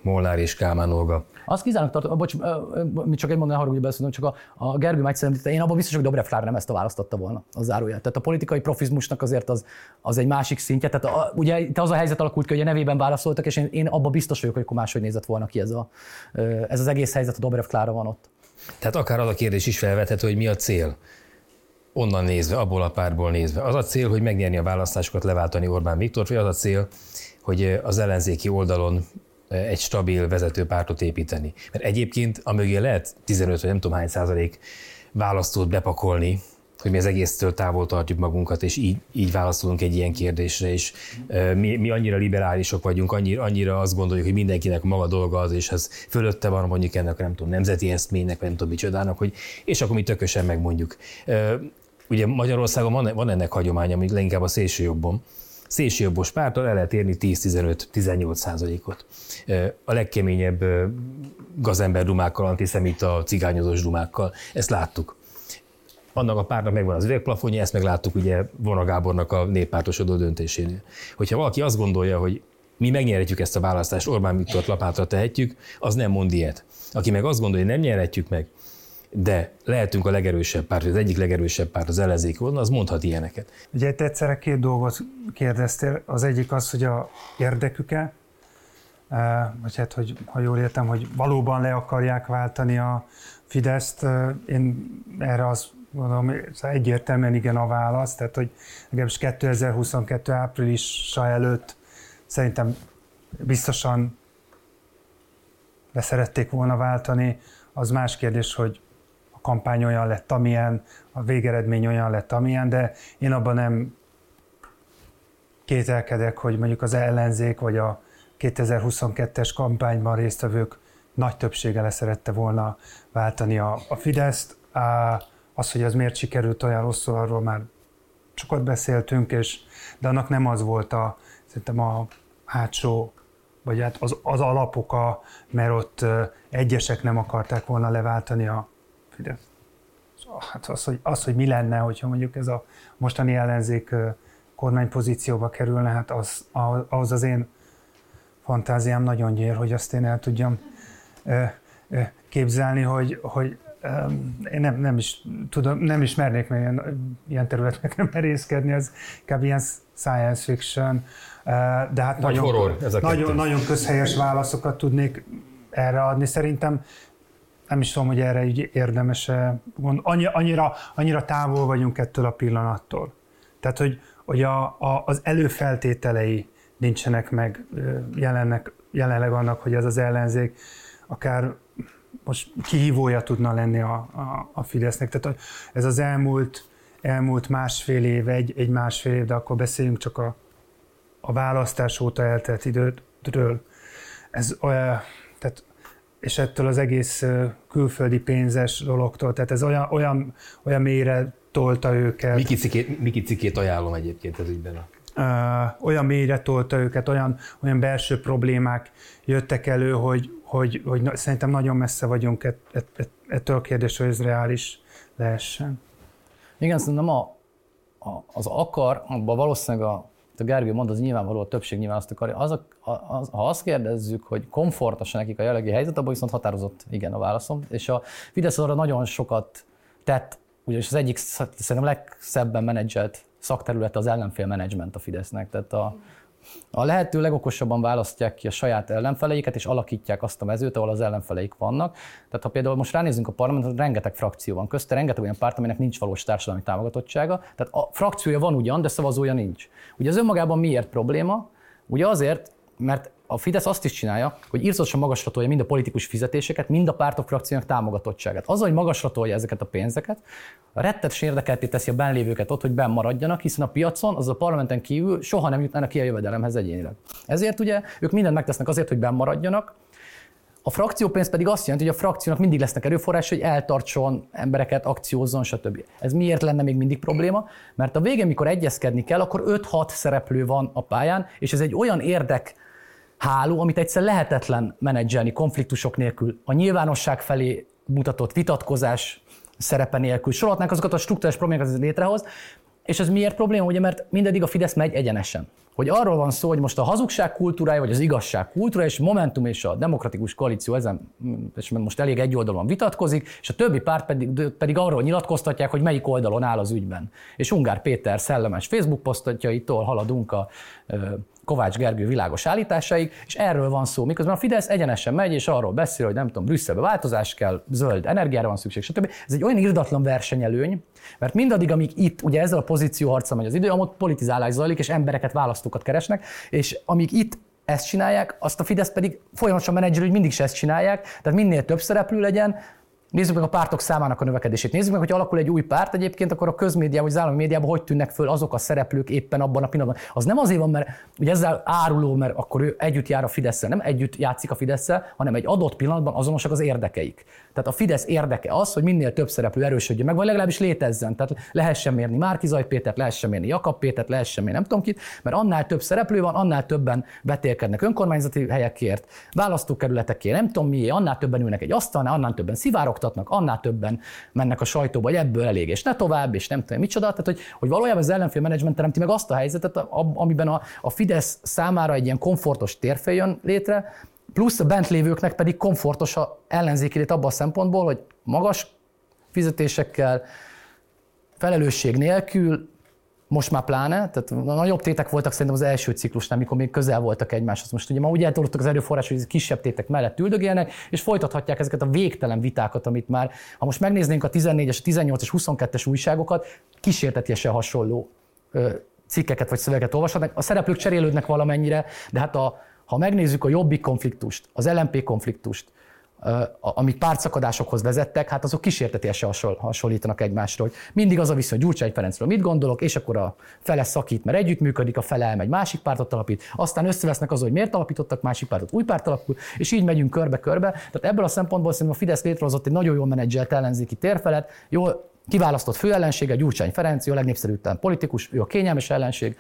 Molnár és Kálmán Olga. Azt kizárólag tartom, bocs, csak egy mondanám, hogy beszélünk, csak a, a Gergő Mágy én abban biztos, hogy Dobrev Klára nem ezt a választotta volna, az zárójel. Tehát a politikai profizmusnak azért az, az egy másik szintje. Tehát a, ugye itt az a helyzet alakult ki, hogy a nevében válaszoltak, és én, én abban biztos vagyok, hogy akkor máshogy nézett volna ki ez, a, ez az egész helyzet, a Dobrev Klára van ott. Tehát akár az a kérdés is felvethető, hogy mi a cél? Onnan nézve, abból a párból nézve. Az a cél, hogy megnyerni a választásokat, leváltani Orbán Viktort, vagy az a cél, hogy az ellenzéki oldalon egy stabil vezető pártot építeni. Mert egyébként amögé lehet tizenöt vagy nem tudom hány százalék választót bepakolni, hogy mi az egésztől távol tartjuk magunkat, és így, így válaszolunk egy ilyen kérdésre, és mi, mi annyira liberálisok vagyunk, annyira, annyira azt gondoljuk, hogy mindenkinek maga dolga az, és ez fölötte van mondjuk ennek, nem tudom, nemzeti eszménynek, vagy nem tudom micsodának, hogy, és akkor mi tökösen megmondjuk. Ugye Magyarországon van, van ennek hagyománya, mondjuk leginkább a szélsőjobbon. Szélsőjobbos párttal el lehet érni tíz-tizenöt-tizennyolc százalékot. A legkeményebb gazember dumákkal, antiszemita, cigányozós dumákkal. Ezt láttuk. Annak a pártnak megvan az üvegplafonja, ezt megláttuk ugye Vona Gábornak a néppártosodó döntésénél. Hogyha valaki azt gondolja, hogy mi megnyerhetjük ezt a választást, Orbán Viktort lapátra tehetjük, az nem mond ilyet. Aki meg azt gondolja, hogy nem nyerhetjük meg, de lehetünk a legerősebb párt, az egyik legerősebb párt az ellenzék volna, az mondhat ilyeneket. Ugye te egyszerre két dolgot kérdeztél. Az egyik az, hogy a érdekük-e, vagy hát, hogy ha jól értem, hogy valóban le akarják váltani a Fideszt. Én erre azt mondom, egyértelműen igen a válasz, tehát hogy legalábbis kétezer-huszonkettő áprilisa előtt szerintem biztosan le szerették volna váltani. Az más kérdés, hogy a kampány olyan lett, amilyen, a végeredmény olyan lett, amilyen, de én abban nem kételkedek, hogy mondjuk az ellenzék vagy a kétezer-huszonkettes kampányban résztvevők nagy többsége le szerette volna váltani a, a Fideszt. Az, hogy az miért sikerült olyan rosszul, arról már sokat beszéltünk, és, de annak nem az volt a, szerintem a hátsó, vagy hát az, az alapoka, mert ott egyesek nem akarták volna leváltani a Fideszt. Hát az, hogy, az, hogy mi lenne, hogyha mondjuk ez a mostani ellenzék kormánypozícióba kerülne, hát az, ahhoz az én fantáziám nagyon gyér, hogy azt én el tudjam képzelni, hogy, hogy én nem, nem is tudom, nem is mernék meg ilyen, ilyen területekre merészkedni, ez kb. Ilyen science fiction, de hát nagyon, horror, ez a nagyon, nagyon közhelyes válaszokat tudnék erre adni. Szerintem nem is tudom, hogy erre így érdemes annyira, annyira, annyira távol vagyunk ettől a pillanattól. Tehát, hogy, hogy a, a, az előfeltételei nincsenek meg jelennek, jelenleg annak, hogy ez az ellenzék akár most kihívója tudna lenni a, a, a Fidesznek. Tehát ez az elmúlt, elmúlt másfél év, egy, egy másfél év, de akkor beszéljünk csak a, a választás óta eltelt időről. Ez olyan, tehát, és ettől az egész külföldi pénzes dologtól, tehát ez olyan, olyan, olyan mélyre tolta őket. Miki cikét, Miki cikét ajánlom egyébként ez ügyben. Uh, olyan mélyre tolta őket, olyan, olyan belső problémák jöttek elő, hogy, hogy, hogy szerintem nagyon messze vagyunk ett, ett, ettől a kérdésről, hogy ez reális lehessen. Igen, szerintem a, a, az akar, abban valószínűleg a, a Gergő mond, az nyilvánvaló, a többség nyilván azt akarja. Az, az, ha azt kérdezzük, hogy komfortos nekik a jelenlegi helyzet, abban viszont határozott igen a válaszom. És a Fidesz arra nagyon sokat tett, ugyanis az egyik szerintem legszebben menedzselt szakterülete az ellenfél menedzsment a Fidesznek. Tehát a, a lehető legokosabban választják ki a saját ellenfeleiket, és alakítják azt a mezőt, ahol az ellenfeleik vannak. Tehát ha például most ránézzünk a parlamentet, rengeteg frakció van közte, rengeteg olyan párt, aminek nincs valós társadalmi támogatottsága. Tehát a frakciója van ugyan, de szavazója nincs. Ugye az önmagában miért probléma? Ugye azért, mert a Fidesz azt is csinálja, hogy irtósan magasra tolja mind a politikus fizetéseket, mind a pártok frakciónak támogatottságát. Azzal, hogy magasra tolja ezeket a pénzeket, a rettetes érdekelté teszi a bennlévőket ott, hogy benn maradjanak, hiszen a piacon, az a parlamenten kívül soha nem jutnának ki a jövedelemhez egyénileg. Ezért ugye ők mindent megtesznek azért, hogy benn maradjanak. A frakciópénz pedig azt jelenti, hogy a frakciónak mindig lesznek erőforrásai, hogy eltartson embereket, akciózzon, stb. Ez miért lenne még mindig probléma? Mert a végén, mikor egyezkedni kell, akkor öt-hat szereplő van a pályán, és ez egy olyan érdek háló, amit egyszer lehetetlen menedzselni konfliktusok nélkül, a nyilvánosság felé mutatott vitatkozás szerepe nélkül. Sorolhatnánk azokat a struktúrás problémákat, ez létrehoz. És ez miért probléma? Ugye, mert mindeddig a Fidesz megy egyenesen. Hogy arról van szó, hogy most a hazugság kultúrája, vagy az igazság kultúrája, és Momentum és a Demokratikus Koalíció ezen és most elég egyoldalúan vitatkozik, és a többi párt pedig, pedig arról nyilatkoztatják, hogy melyik oldalon áll az ügyben. És Ungár Péter szellemes Facebook posztjaitól haladunk a Kovács Gergő világos állításaig, és erről van szó. Miközben a Fidesz egyenesen megy, és arról beszél, hogy nem tudom, Brüsszelbe változás kell, zöld energiára van szükség, stb. Ez egy olyan irdatlan versenyelőny, mert mindaddig, amíg itt ugye ezzel a pozícióharccal megy az idő, amott politizálás zajlik, és embereket, választókat keresnek, és amíg itt ezt csinálják, azt a Fidesz pedig folyamatosan menedzser, hogy mindig is ezt csinálják, tehát minél több szereplő legyen. Nézzük meg a pártok számának a növekedését. Nézzük meg, hogy alakul egy új párt egyébként, akkor a közmédiában, vagy az állami médiában hogy tűnnek föl azok a szereplők éppen abban a pillanatban. Az nem azért van, mert ugye ezzel áruló, mert akkor ő együtt jár a Fidesszel, nem együtt játszik a Fidesszel, hanem egy adott pillanatban azonosak az érdekeik. Tehát a Fidesz érdeke az, hogy minél több szereplő erősödjön meg, vagy legalábbis létezzen. Tehát lehessen mérni Márki-Zay Pétert, lehessen mérni Jakab Pétert, lehessen mérni nem tudom kit, mert annál több szereplő van, annál többen vetélkednek önkormányzati helyekért, választókerületekért, nem tudom miért, annál többen ülnek egy asztalnál, annál többen szivárogtatnak, annál többen mennek a sajtóba, hogy ebből elég, és ne tovább, és nem tudom micsoda. Tehát, hogy, hogy valójában az ellenfél menedzsment teremti meg azt a helyzetet, amiben a, a Fidesz számára egy ilyen komfortos térfél jön létre, plusz a bent lévőknek pedig komfortos a ellenzéki lét abban a szempontból, hogy magas fizetésekkel, felelősség nélkül, most már pláne, tehát nagyobb tétek voltak szerintem az első ciklusnál, amikor még közel voltak egymáshoz. Most ugye ma úgy eltolódtak az erőforrások, hogy kisebb tétek mellett üldögélnek, és folytathatják ezeket a végtelen vitákat, amit már, ha most megnéznénk a tizennégyes, a tizennyolcas, huszonkettes újságokat, kísértetiesen hasonló ö, cikkeket vagy szövegeket olvashatnak. A szereplők cserélődnek valamennyire, de hát a, ha megnézzük a Jobbik konfliktust, az el em pé konfliktust, amik pártszakadásokhoz vezettek, hát azok kísértetiesen hasonlítanak egymásra, hogy mindig az a viszony, hogy Gyurcsány Ferencről mit gondolok, és akkor a fele szakít, mert együttműködik, a fele elmegy, másik pártot alapít, aztán összevesznek az, hogy miért alapítottak másik pártot, új párt alapul, és így megyünk körbe-körbe. Tehát ebből a szempontból szerintem a Fidesz létrehozott egy nagyon jól menedzselt ellenzéki térfelet, jól kiválasztott főellensége, Gyurcsány Ferenc, a legnépszerűbb politikus, ő a kényelmes ellenség,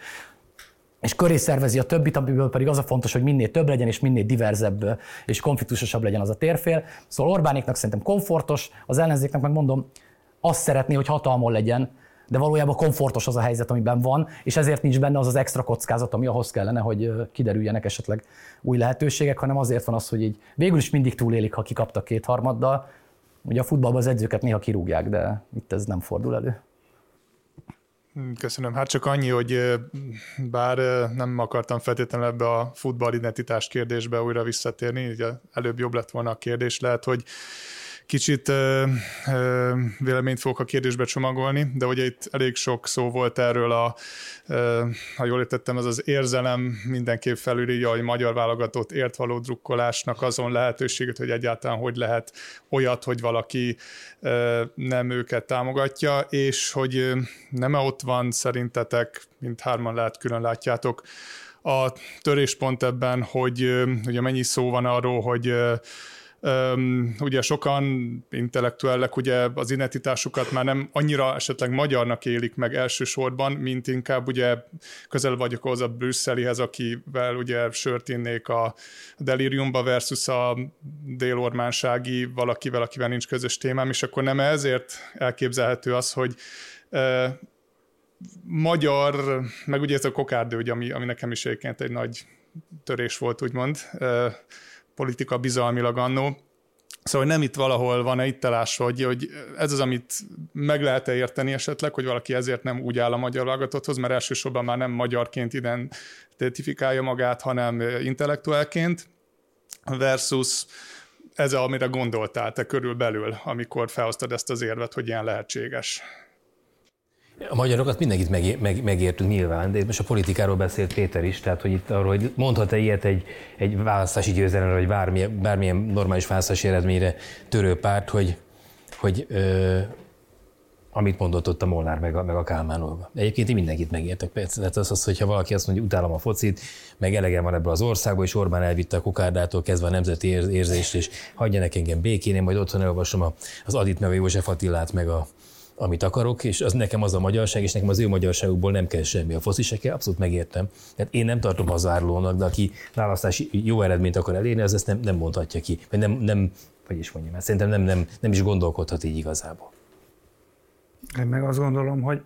és köré szervezi a többit, amiből pedig az a fontos, hogy minél több legyen, és minél diverzebb és konfliktusosabb legyen az a térfél. Szóval Orbánéknak szerintem komfortos, az ellenzéknek meg mondom, azt szeretné, hogy hatalmon legyen, de valójában komfortos az a helyzet, amiben van, és ezért nincs benne az az extra kockázat, ami ahhoz kellene, hogy kiderüljenek esetleg új lehetőségek, hanem azért van az, hogy így végül is mindig túlélik, ha kikaptak kétharmaddal. Ugye a futballban az edzőket néha kirúgják, de itt ez nem fordul elő. Köszönöm. Hát csak annyi, hogy bár nem akartam feltétlenül ebbe a futballidentitás kérdésbe újra visszatérni, ugye előbb jobb lett volna a kérdés, lehet, hogy kicsit ö, ö, véleményt fogok a kérdésbe csomagolni, de ugye itt elég sok szó volt erről a, ö, ha jól értettem, ez az érzelem mindenképp felülírja, hogy magyar válogatott ért való drukkolásnak azon lehetőséget, hogy egyáltalán hogy lehet olyat, hogy valaki ö, nem őket támogatja, és hogy nem ott van szerintetek, mint hárman lehet külön látjátok, a töréspont ebben, hogy ugye mennyi szó van arról, hogy Um, ugye sokan intellektuellek ugye az identitásukat már nem annyira esetleg magyarnak élik meg elsősorban, mint inkább ugye közel vagyok ahhoz a brüsszelihez, akivel ugye sört innék a delíriumba versus a délormánsági valakivel, akivel nincs közös témám, és akkor nem ezért elképzelhető az, hogy uh, magyar, meg ugye ez a kokárdő, ugye, ami, ami nekem is egyébként egy nagy törés volt, úgymond, uh, politika bizalmilag annó. Szóval nem itt valahol van-e itt találás, hogy, hogy ez az, amit meg lehet-e érteni esetleg, hogy valaki ezért nem úgy áll a magyar válogatotthoz, mert elsősorban már nem magyarként identifikálja magát, hanem intellektuálként, versus ez, amire gondoltál te körülbelül, amikor felhoztad ezt az érvet, hogy ilyen lehetséges. A magyarokat mindenkit meg, meg, megértünk nyilván, de most a politikáról beszélt Péter is, tehát hogy itt arról, hogy mondhat-e ilyet egy, egy választási győzelemre, vagy bármilyen, bármilyen normális választási eredményre törő párt, hogy, hogy ö, amit mondott ott a Molnár meg a, meg a Kálmán Olga. Egyébként én mindenkit megértek persze, tehát az, az, hogyha valaki azt mondja, hogy utálom a focit, meg elegem van ebből az országból, és Orbán elvitte a kokárdától kezdve a nemzeti érzést, és hagyjanak engem békén, én majd otthon elolvasom az Adit Meve József Attilát, meg a amit akarok, és az nekem az a magyarság, és nekem az ő magyarságukból nem kell semmi. A foci se kell, abszolút megértem. Tehát én nem tartom hazárulónak, de aki választási jó eredményt akar elérni, az ezt nem, nem mondhatja ki. Vagy nem, nem, vagy is mondjam, mert szerintem nem, nem, nem is gondolkodhat így igazából. Én meg azt gondolom, hogy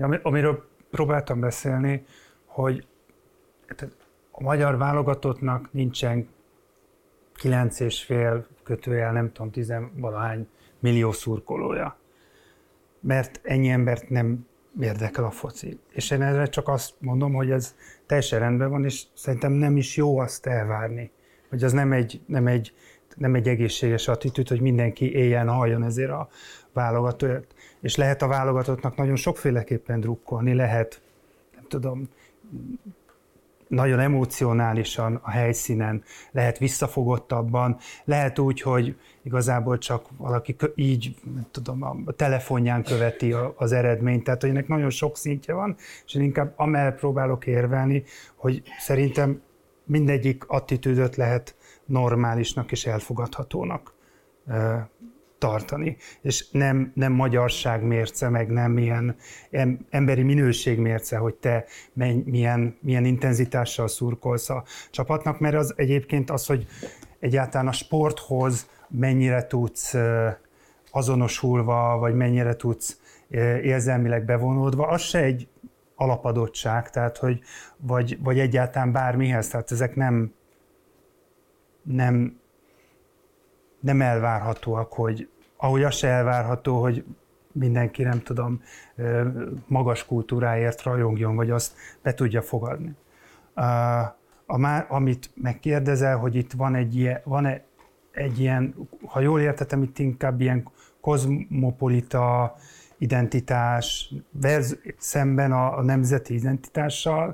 Amiről próbáltam beszélni, hogy a magyar válogatottnak nincsen kilenc és fél kötőjel, nem tudom, tizenvalahány millió szurkolója. Mert ennyi embert nem érdekel a foci. És én erre csak azt mondom, hogy ez teljesen rendben van, és szerintem nem is jó azt elvárni. Hogy az nem egy, nem egy, nem egy egészséges attitűd, hogy mindenki éljen, halljon ezért a válogatóért. És lehet a válogatottnak nagyon sokféleképpen drukkolni, lehet, nem tudom, nagyon emocionálisan a helyszínen, lehet visszafogottabban, lehet úgy, hogy igazából csak valaki így, nem tudom, a telefonján követi az eredményt, tehát hogy ennek nagyon sok szintje van, és én inkább amellett próbálok érvelni, hogy szerintem mindegyik attitűdöt lehet normálisnak és elfogadhatónak tartani, és nem, nem magyarság mérce, meg nem ilyen emberi minőség mérce, hogy te menj, milyen, milyen intenzitással szurkolsz a csapatnak, mert az egyébként az, hogy egyáltalán a sporthoz mennyire tudsz azonosulva, vagy mennyire tudsz érzelmileg bevonódva, az se egy alapadottság, tehát hogy vagy, vagy egyáltalán bármihez, tehát ezek nem nem nem elvárhatóak, hogy ahogy az se elvárható, hogy mindenki, nem tudom, magas kultúráért rajongjon, vagy azt be tudja fogadni. A már, amit megkérdezel, hogy itt van egy ilyen, van egy ilyen, ha jól értettem, itt inkább ilyen kozmopolita identitás verz, szemben a, a nemzeti identitással.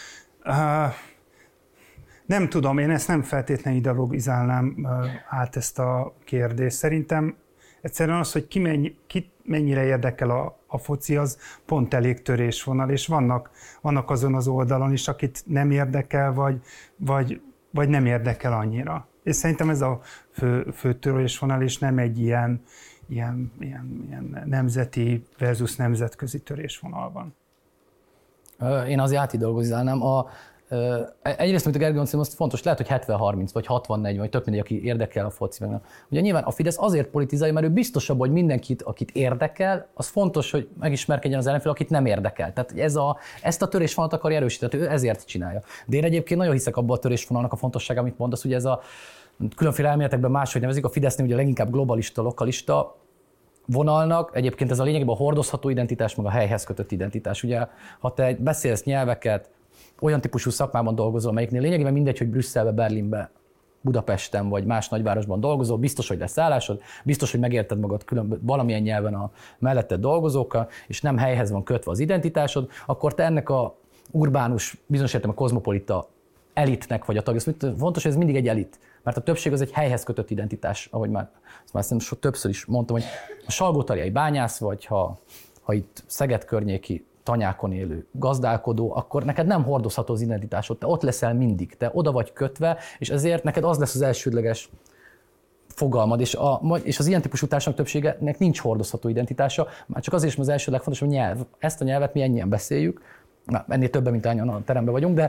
Nem tudom, én ezt nem feltétlenül ideologizálnám át ezt a kérdést. Szerintem egyszerűen az, hogy ki, mennyi, ki mennyire érdekel a, a foci, az pont elég törésvonal, és vannak, vannak azon az oldalon is, akit nem érdekel, vagy, vagy, vagy nem érdekel annyira. És szerintem ez a fő, fő törésvonal, és nem egy ilyen, ilyen, ilyen, ilyen nemzeti versus nemzetközi törésvonal van. Én azért átidolgozálnám. A Egyrészt, amit a Gergely mondta, az fontos, lehet, hogy hetven harminc, vagy hatvan negyven, vagy több mindegy, aki érdekel a foci. Ugye nyilván a Fidesz azért politizálja, mert ő biztosabb, hogy mindenkit, akit érdekel, az fontos, hogy megismerkedjen az ellenfél, akit nem érdekel. Tehát ez a, ezt a törésvonalat akarja erősíteni, ő ezért csinálja. De én egyébként nagyon hiszek abban a törésvonalnak a fontossága, amit mondasz, ugye ez a különféle elméletekben máshogy nevezik, a Fidesznél ugye leginkább globalista, lokalista vonalnak, egyébként ez a lényegében a hordozható identitás, meg a helyhez kötött identitás. Ugye, ha te beszélsz nyelveket, olyan típusú szakmában dolgozol, melyiknél lényegében mindegy, hogy Brüsszelbe, Berlinbe, Budapesten vagy más nagyvárosban dolgozol, biztos, hogy lesz állásod, biztos, hogy megérted magad külön, valamilyen nyelven a melletted dolgozókkal, és nem helyhez van kötve az identitásod, akkor te ennek a urbánus, bizonyos értem a kozmopolita elitnek vagy a tagja. Fontos, hogy ez mindig egy elit, mert a többség az egy helyhez kötött identitás, ahogy már, már szerintem többször is mondtam, hogy a salgótarjai bányász vagy, ha, ha itt Szeged környéki tanyákon élő gazdálkodó, akkor neked nem hordozható az identitásod, te ott leszel mindig, te oda vagy kötve, és ezért neked az lesz az elsődleges fogalmad, és, a, és az ilyen típusú társadalom többségenek nincs hordozható identitása, már csak azért is az első legfontosabb nyelv. Ezt a nyelvet mi ennyien beszéljük, na, ennél többen, mint annyian a teremben vagyunk, de,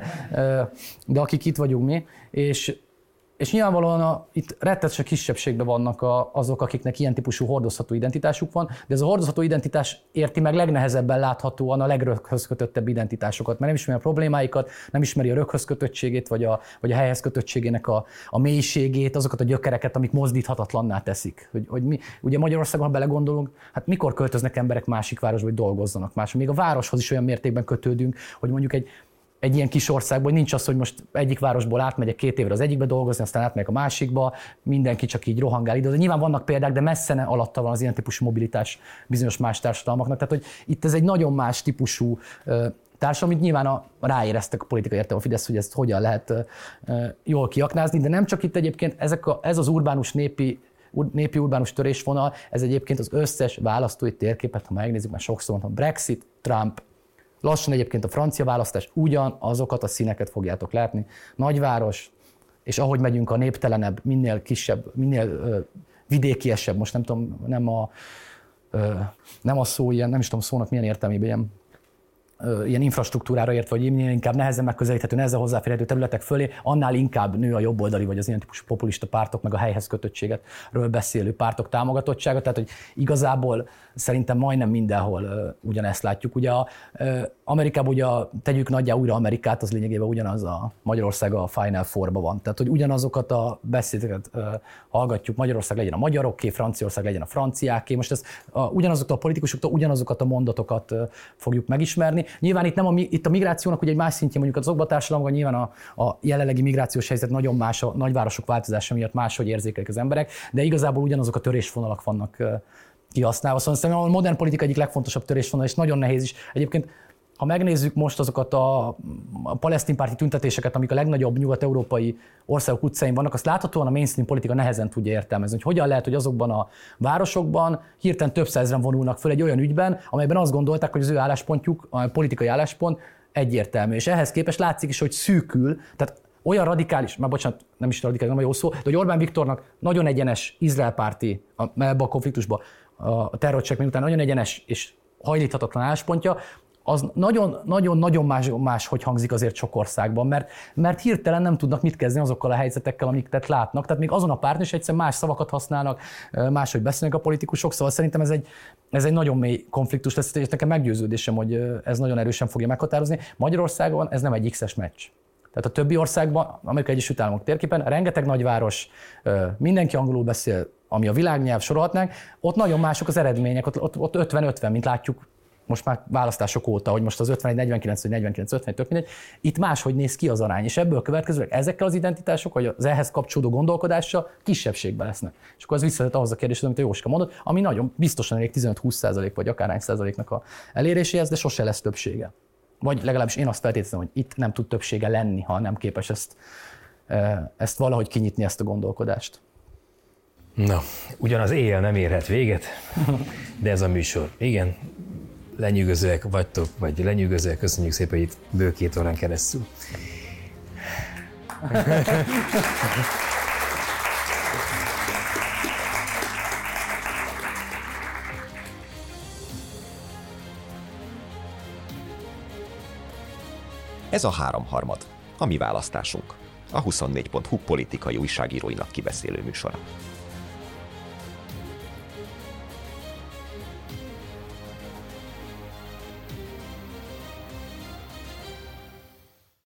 de akik itt vagyunk mi, és És nyilvánvalóan a, itt rettetesen kisebbségben vannak a, azok, akiknek ilyen típusú hordozható identitásuk van, de ez a hordozható identitás érti meg legnehezebben láthatóan a legröghöz kötöttebb identitásokat, mert nem ismeri a problémáikat, nem ismeri a röghöz kötöttségét, vagy a, vagy a helyhez kötöttségének a, a mélységét, azokat a gyökereket, amik mozdíthatatlanná teszik. Hogy, hogy mi, ugye Magyarországon, ha belegondolunk, hát mikor költöznek emberek másik városba, hogy dolgozzanak máshol. Még a városhoz is olyan mértékben kötődünk, hogy mondjuk egy egy ilyen kis országban nincs az, hogy most egyik városból átmegyek két évre az egyikbe dolgozni, aztán átmegyek a másikba, mindenki csak így rohangál ide. De nyilván vannak példák, de messze ne alatta van az ilyen típusú mobilitás bizonyos más társadalmaknak. Tehát, hogy itt ez egy nagyon más típusú társadalom, amit nyilván a, ráéreztek a politikai értelem a Fidesz, hogy ezt hogyan lehet jól kiaknázni, de nem csak itt egyébként ezek a, ez az urbánus népi népi urbánus törésvonal, ez egyébként az összes választói térképet, ha megnézzük, már sokszor mondtam, Brexit, Trump, lassan egyébként a francia választás, ugyanazokat a színeket fogjátok látni. Nagyváros, és ahogy megyünk a néptelenebb, minél kisebb, minél ö, vidékiesebb, most nem tudom, nem a, ö, nem a szó ilyen, nem is tudom szónak milyen értelmében, ilyen ilyen infrastruktúrára értve, vagy minél inkább nehezen megközelíthető, nehezen hozzáférhető területek fölé, annál inkább nő a jobboldali, vagy az ilyen típusú populista pártok, meg a helyhez kötöttségetről beszélő pártok támogatottsága. Tehát, hogy igazából szerintem majdnem mindenhol uh, ugyanezt látjuk. Ugye a, uh, Amerikában ugye a, tegyük nagyjából újra Amerikát, az lényegében ugyanaz a Magyarország a Final Four-ban van. Tehát, hogy ugyanazokat a beszédeket uh, hallgatjuk, Magyarország legyen a magyaroké, Franciaország legyen a franciáké. Most ez uh, ugyanazoktól a politikusoktól ugyanazokat a mondatokat uh, fogjuk megismerni. Nyilván itt, nem a, itt a migrációnak ugye egy más szintje, mondjuk azokban a társadalomban nyilván a, a jelenlegi migrációs helyzet nagyon más, a nagyvárosok változása miatt máshogy érzékelik az emberek, de igazából ugyanazok a törésvonalak vannak uh, kihasználva. Szóval szerintem a modern politika egyik legfontosabb törésvonal, és nagyon nehéz is. Egyébként, ha megnézzük most azokat a, a palesztinpárti tüntetéseket, amik a legnagyobb nyugat-európai országok utcáin vannak, azt láthatóan a mainstream politika nehezen tudja értelmezni, hogy hogyan lehet, hogy azokban a városokban hirtelen több százezren vonulnak föl egy olyan ügyben, amelyben azt gondolták, hogy az ő álláspontjuk, a politikai álláspont egyértelmű. És ehhez képest látszik is, hogy szűkül, tehát olyan radikális, már bocsánat, nem is radikális, nem a jó szó, de hogy Orbán Viktornak nagyon egyenes izraelpárti ebbe a konfliktusba, a terrorcselekmény után nagyon egyenes és hajlíthatatlan álláspontja, az nagyon-nagyon más, más, hogy hangzik azért sok országban, mert, mert hirtelen nem tudnak mit kezdeni azokkal a helyzetekkel, amiket látnak. Tehát még azon a párton is egyszerűen más szavakat használnak, máshogy beszélnek a politikusok, szóval szerintem ez egy, ez egy nagyon mély konfliktus lesz, és nekem meggyőződésem, hogy ez nagyon erősen fogja meghatározni. Magyarországon ez nem egy X-es meccs. Tehát a többi országban, Amerikai Egyesült Államok térképen, rengeteg nagyváros, mindenki angolul beszél, ami a világnyelv, sorolhatnánk, ott nagyon mások az eredmények, ott, ott, ott ötven-ötven, mint látjuk most már választások óta, hogy most az ötvenegy negyvenkilenc vagy negyvenkilenc ötven, tök mindegy, itt máshogy néz ki az arány, és ebből következőleg ezekkel az identitások, vagy az ehhez kapcsolódó gondolkodással kisebbségben lesznek. És akkor az visszatett ahhoz a kérdéshez, amit a Jóska mondott, ami nagyon biztosan elég tizenöt-húsz százalék vagy akárhány százaléknak a eléréséhez, de sose lesz többsége. Vagy legalábbis én azt feltételezem, hogy itt nem tud többsége lenni, ha nem képes ezt, ezt valahogy kinyitni, ezt a gondolkodást. Na, ugyan az éjjel nem érhet véget, de ez a műsor. Igen, lenyűgözőek vagytok, vagy lenyűgözőek, köszönjük szépen itt bő két órán keresztül. Ez a Háromharmad, a mi választásunk, a huszonnégy pont hu politikai újságíróinak kibeszélő műsora.